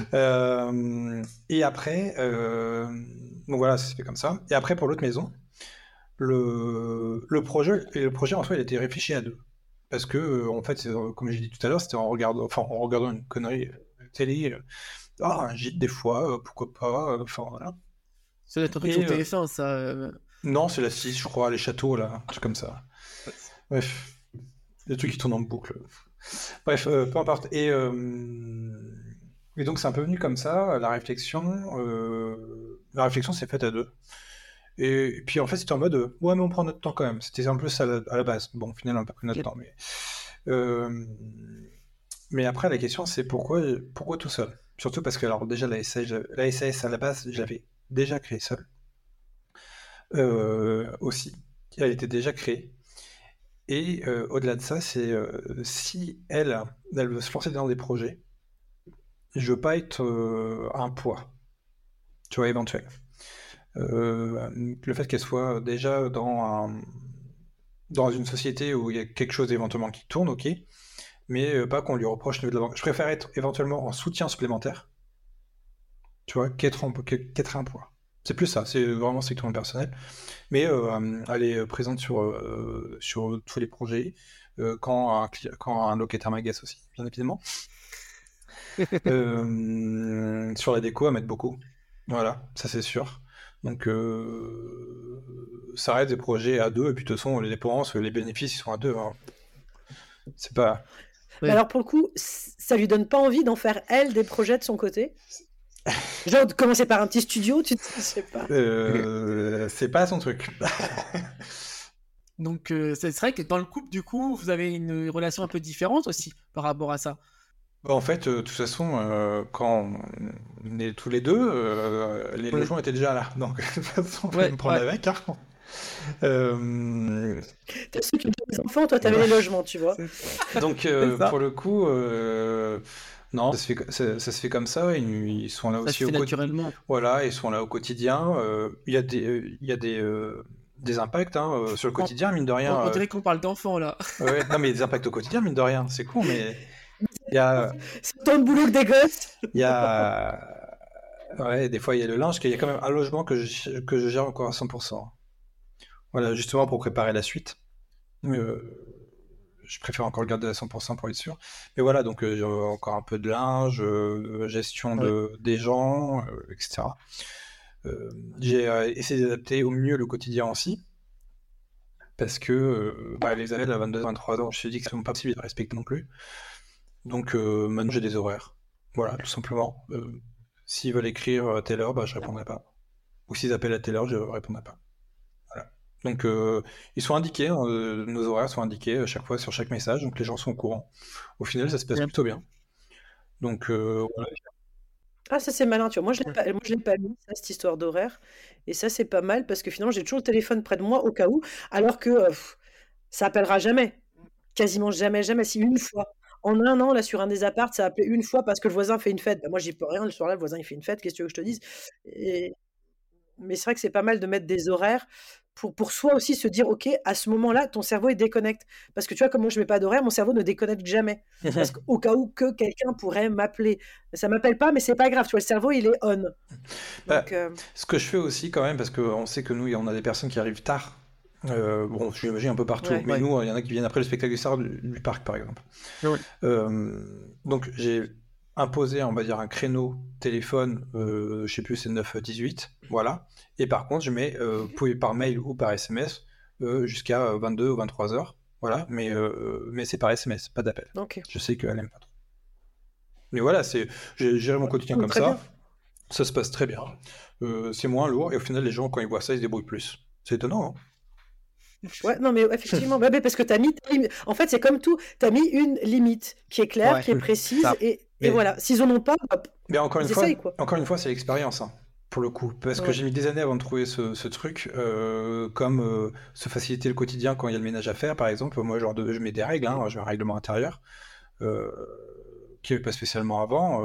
B: Et après, donc voilà, ça s'est fait comme ça. Et après, pour l'autre maison, le projet en soi, il a été réfléchi à deux. Parce que, en fait, comme j'ai dit tout à l'heure, c'était en regardant une connerie télé. Un gîte, des fois, pourquoi pas. Enfin, voilà.
A: Ça doit être un truc
B: Et,
A: sur TF1, ça.
B: non, c'est la 6, je crois, les châteaux, là, un truc comme ça. Bref, des trucs qui tournent en boucle. Bref, peu importe. Et donc, c'est un peu venu comme ça, la réflexion. La réflexion s'est faite à deux. Et puis, en fait, c'était en mode, ouais, mais on prend notre temps quand même. C'était un peu ça à la base. Bon, au final, on n'a pas pris notre
A: Ok.
B: temps. Mais après, la question, c'est pourquoi tout seul? Surtout parce que, alors, déjà, la SAS à la base, je l'avais déjà créée seule. Aussi. Elle était déjà créée. Et au-delà de ça, c'est si elle veut se lancer dans des projets, je veux pas être un poids, tu vois, éventuel. Le fait qu'elle soit déjà dans une société où il y a quelque chose éventuellement qui tourne, ok, mais pas qu'on lui reproche de l'avant. Je préfère être éventuellement en soutien supplémentaire, tu vois, qu'être un poids. C'est plus ça, c'est vraiment strictement personnel. Mais elle est présente sur tous les projets, quand un locataire m'agace aussi, bien évidemment. Sur la déco, à mettre beaucoup. Voilà, ça c'est sûr. Donc, ça reste des projets à deux, et puis de toute façon, les dépenses, les bénéfices, ils sont à deux, hein. C'est pas.
C: Mais
A: Ouais.
C: alors pour le coup, ça lui donne pas envie d'en faire elle des projets de son côté? Genre de commencer par un petit studio, je sais pas.
B: C'est pas son truc.
A: Donc, c'est vrai que dans le couple, du coup, vous avez une relation un peu différente aussi par rapport à ça.
B: Bon, en fait, de toute façon, quand on est tous les deux, les
A: Ouais.
B: logements étaient déjà là. Donc, de toute façon, on pouvait
A: Ouais,
B: me prendre
A: ouais.
B: avec, hein. Euh,
C: T'as ceux qui ont des enfants, toi t'avais les logements, tu vois.
B: Donc,
A: C'est ça.
B: pour le coup, non, ça se fait comme ça. Ils sont là
A: Ça se
B: aussi
A: fait naturellement.
B: Voilà, ils sont là au quotidien. Il y a des impacts, hein, sur le
A: On,
B: quotidien, mine de rien.
A: on dirait qu'on parle d'enfants là.
B: Ouais, non, mais il y a des impacts au quotidien, mine de rien. C'est con, mais il y a,
C: C'est autant de boulot que des gosses.
B: il y a, ouais, des fois il y a le linge, qu'il y a quand même un logement que je gère encore à 100%. Voilà, justement pour préparer la suite. Je préfère encore le garder à 100% pour être sûr. Mais voilà, donc j'ai encore un peu de linge, gestion
A: Ouais.
B: des gens, etc. J'ai essayé d'adapter au mieux le quotidien aussi, parce que les élèves à 22-23 ans, je me suis dit que c'est pas possible de respecter non plus. Donc maintenant j'ai des horaires. Voilà, tout simplement. S'ils veulent écrire à telle heure, je répondrai pas. Ou s'ils appellent à telle heure, je répondrai pas. Voilà. Donc ils sont indiqués, hein, nos horaires sont indiqués à chaque fois sur chaque message, donc les gens sont au courant. Au final, ça se passe
A: Bien.
B: plutôt bien. Donc voilà.
C: Ah, ça c'est malin, tu vois. Moi, je l'ai pas mis, ça, cette histoire d'horaire. Et ça, c'est pas mal parce que finalement, j'ai toujours le téléphone près de moi au cas où, alors que ça appellera jamais. Quasiment jamais, jamais. Si une fois, en un an, là, sur un des apparts, ça a appelé une fois parce que le voisin fait une fête. Bah, moi, j'y peux rien. Le soir-là, le voisin, il fait une fête. Qu'est-ce que tu veux que je te dise? Et mais c'est vrai que c'est pas mal de mettre des horaires pour soi aussi se dire: «OK, à ce moment-là, ton cerveau, il déconnecte». Parce que tu vois, comme moi, je mets pas d'horaire, mon cerveau ne déconnecte jamais. Parce qu'au cas où que quelqu'un pourrait m'appeler. Ça m'appelle pas, mais c'est pas grave, tu vois? Le cerveau, il est on.
B: Bah,
C: Donc
B: ce que je fais aussi quand même, parce qu'on sait que nous, on a des personnes qui arrivent tard. Bon, j'imagine un peu partout,
C: ouais.
B: mais
A: Ouais.
B: nous, il y en a qui viennent après le spectacle du Star du parc, par exemple.
A: Ouais.
B: Donc j'ai imposé, on va dire, un créneau téléphone, je sais plus, c'est 9-18, voilà. Et par contre, je mets, vous pouvez par mail ou par SMS, jusqu'à 22 ou 23 heures, voilà. Mais c'est par SMS, pas d'appel.
C: OK.
B: Je sais qu'elle aime pas trop. Mais voilà, j'ai géré mon quotidien comme
C: Très
B: ça.
C: bien.
B: Ça se passe très bien. C'est moins lourd, et au final, les gens, quand ils voient ça, ils se débrouillent plus. C'est étonnant, hein?
C: Ouais, non, mais effectivement, bah, parce que tu as mis ta limite. En fait, c'est comme tout, tu as mis une limite qui est claire,
A: Ouais.
C: qui est précise
A: Ça.
C: et
B: Mais,
C: voilà. S'ils en ont pas, hop,
B: mais
C: ils essayent, quoi.
B: encore une fois, c'est l'expérience, hein, pour le coup. Parce que
C: Ouais.
B: j'ai mis des années avant de trouver ce truc, comme se faciliter le quotidien quand il y a le ménage à faire, par exemple. Moi, je mets des règles, hein, j'ai un règlement intérieur, euh, qui n'est pas spécialement avant,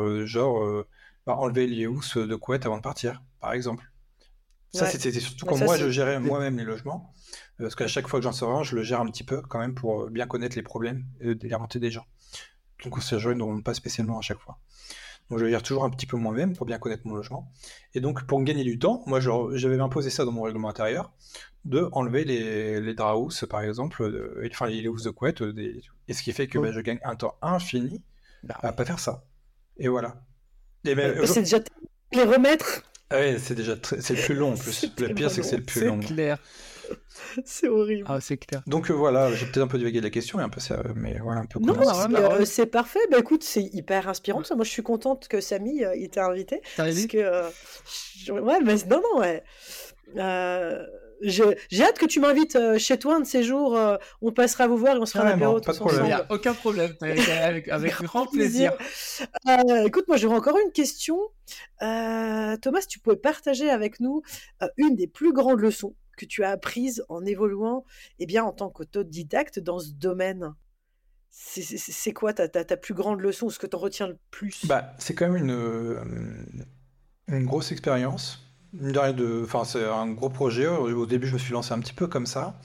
B: enlever les housses de couette avant de partir, par exemple. Ça,
C: Ouais.
B: c'était surtout
C: Ouais,
B: quand
C: ça,
B: moi, je
C: c'est
B: gérais moi-même les logements. Parce qu'à chaque fois que j'en sors un, je le gère un petit peu quand même pour bien connaître les problèmes et les remontées des gens. Donc ces gens ne demandent pas spécialement à chaque fois. Donc je gère toujours un petit peu moi-même pour bien connaître mon logement. Et donc pour gagner du temps, moi j'avais imposé ça dans mon règlement intérieur, de enlever les draps housses par exemple, enfin les housses de couette, et ce qui fait que je gagne un temps infini à pas faire ça. Et voilà. Et
C: c'est déjà les remettre.
B: Ah ouais, c'est déjà c'est le plus long en plus. Le pire c'est que c'est le plus long.
A: C'est clair.
C: C'est horrible.
A: Ah, c'est clair.
B: Donc voilà, j'ai peut-être un peu divagué de la question, mais voilà un peu.
C: Non, c'est parfait. Bah écoute, c'est hyper inspirant. Moi, je suis contente que Samy il t'a invité. Parce que ouais, mais non, ouais. J'ai hâte que tu m'invites chez toi un de ces jours. On passera vous voir et on se fera l'apéro tous ensemble.
A: Il n'y a aucun problème. Avec grand plaisir.
C: Écoute, moi j'aurais encore une question. Thomas, si tu pouvais partager avec nous une des plus grandes leçons que tu as apprises en évoluant en tant qu'autodidacte dans ce domaine. C'est quoi ta plus grande leçon, ce que tu en retiens le plus?
B: C'est quand même une grosse expérience. C'est un gros projet. Au début, je me suis lancé un petit peu comme ça.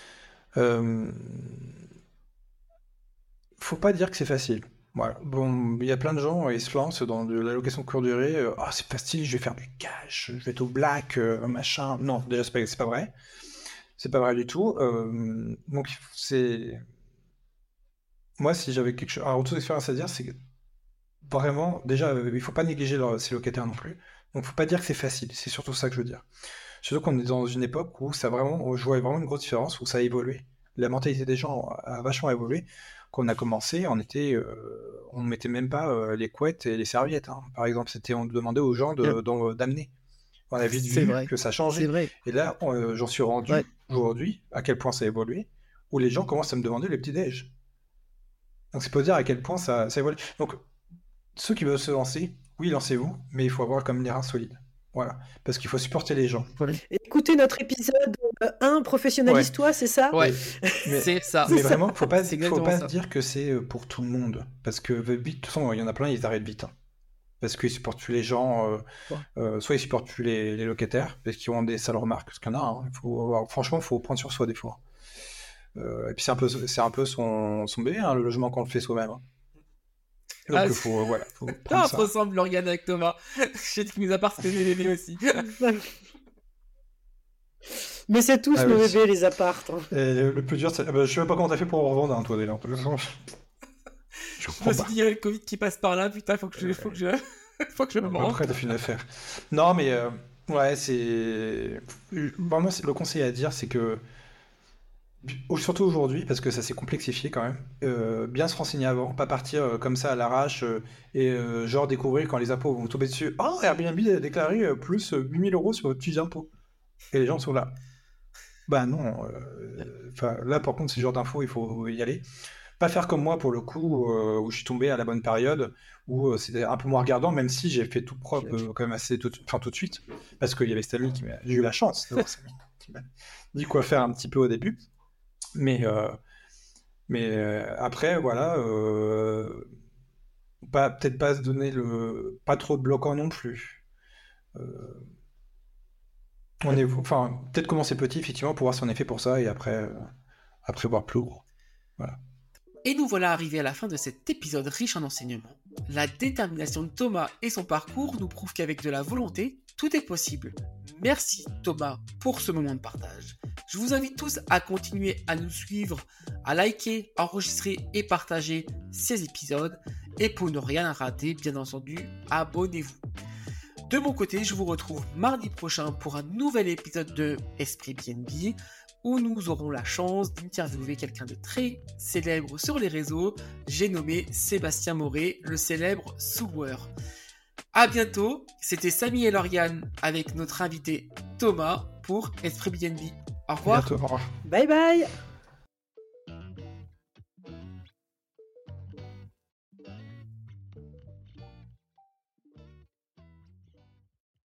B: Faut pas dire que c'est facile. Voilà. Bon, il y a plein de gens, ils se lancent dans de la location courte durée. C'est facile, je vais faire du cash, je vais être au black, machin. Non, déjà, c'est pas vrai. C'est pas vrai du tout. Donc, c'est... Moi, si j'avais un retour d'expérience à dire, c'est que vraiment, déjà, il faut pas négliger ses locataires non plus. Donc, faut pas dire que c'est facile. C'est surtout ça que je veux dire. Surtout qu'on est dans une époque où je vois vraiment une grosse différence, où ça a évolué. La mentalité des gens a vachement évolué. Quand on a commencé, on mettait même pas les couettes et les serviettes. Hein. Par exemple, on demandait aux gens d'amener. On a vite vu que ça changeait.
A: C'est vrai.
B: Et là, j'en suis rendu aujourd'hui à quel point ça a évolué, où les gens commencent à me demander les petits déj. Donc c'est pour dire à quel point ça évolue. Donc ceux qui veulent se lancer, oui, lancez-vous, mais il faut avoir comme les reins solides. Voilà, parce qu'il faut supporter les gens.
C: Écoutez notre épisode 1, professionnalise-toi, c'est ça?
A: Ouais, c'est ça.
B: Mais vraiment, faut pas se dire que c'est pour tout le monde. Parce que de toute façon, il y en a plein, ils arrêtent vite. Hein. Parce qu'ils supportent plus les gens, soit ils supportent plus les locataires, parce qu'ils ont des sales remarques, parce qu'il y en a. Hein. Franchement, il faut prendre sur soi des fois. Et puis c'est un peu son bébé, hein, le logement qu'on le fait soi-même. Hein. Donc il faut prendre ça.
A: On ressemble l'organe avec Thomas. Je sais qu'il nous a partagé les bébés aussi.
C: Mais c'est tous nos bébés, les apparts. Hein.
B: Et le plus dur, c'est... je sais même pas comment t'as fait pour en revendre, toi, déjà.
A: Je me suis dit, il y a le Covid qui passe par là, putain, faut que je me vende.
B: Après, t'as fait une affaire. Non, mais c'est... Vraiment, le conseil à dire, c'est que surtout aujourd'hui, parce que ça s'est complexifié quand même, bien se renseigner avant, pas partir comme ça à l'arrache et genre découvrir quand les impôts vont tomber dessus. Oh, Airbnb a déclaré plus 8000 € sur votre fiche d'impôt. Et les gens sont là. Bah non. Là, par contre, c'est ce genre d'infos, il faut y aller. Pas faire comme moi pour le coup, où je suis tombé à la bonne période, où c'était un peu moins regardant, même si j'ai fait tout propre quand même assez tout de suite, parce qu'il y avait Stanley j'ai eu la chance d'avoir Stanley qui m'a dit quoi faire un petit peu au début. Mais après, voilà, peut-être pas se donner pas trop de bloquant non plus. Peut-être commencer petit, effectivement, pour voir si on est fait pour ça, et après voir plus gros. Voilà.
A: Et nous voilà arrivés à la fin de cet épisode riche en enseignements. La détermination de Thomas et son parcours nous prouvent qu'avec de la volonté, tout est possible. Merci Thomas pour ce moment de partage. Je vous invite tous à continuer à nous suivre, à liker, enregistrer et partager ces épisodes. Et pour ne rien rater, bien entendu, abonnez-vous. De mon côté, je vous retrouve mardi prochain pour un nouvel épisode de Esprit BNB où nous aurons la chance d'interviewer quelqu'un de très célèbre sur les réseaux. J'ai nommé Sébastien Moret, le célèbre Souweur. À bientôt, c'était Samy et Lauriane avec notre invité Thomas pour Esprit BNB. Au revoir.
B: Bientôt, au revoir.
C: Bye bye.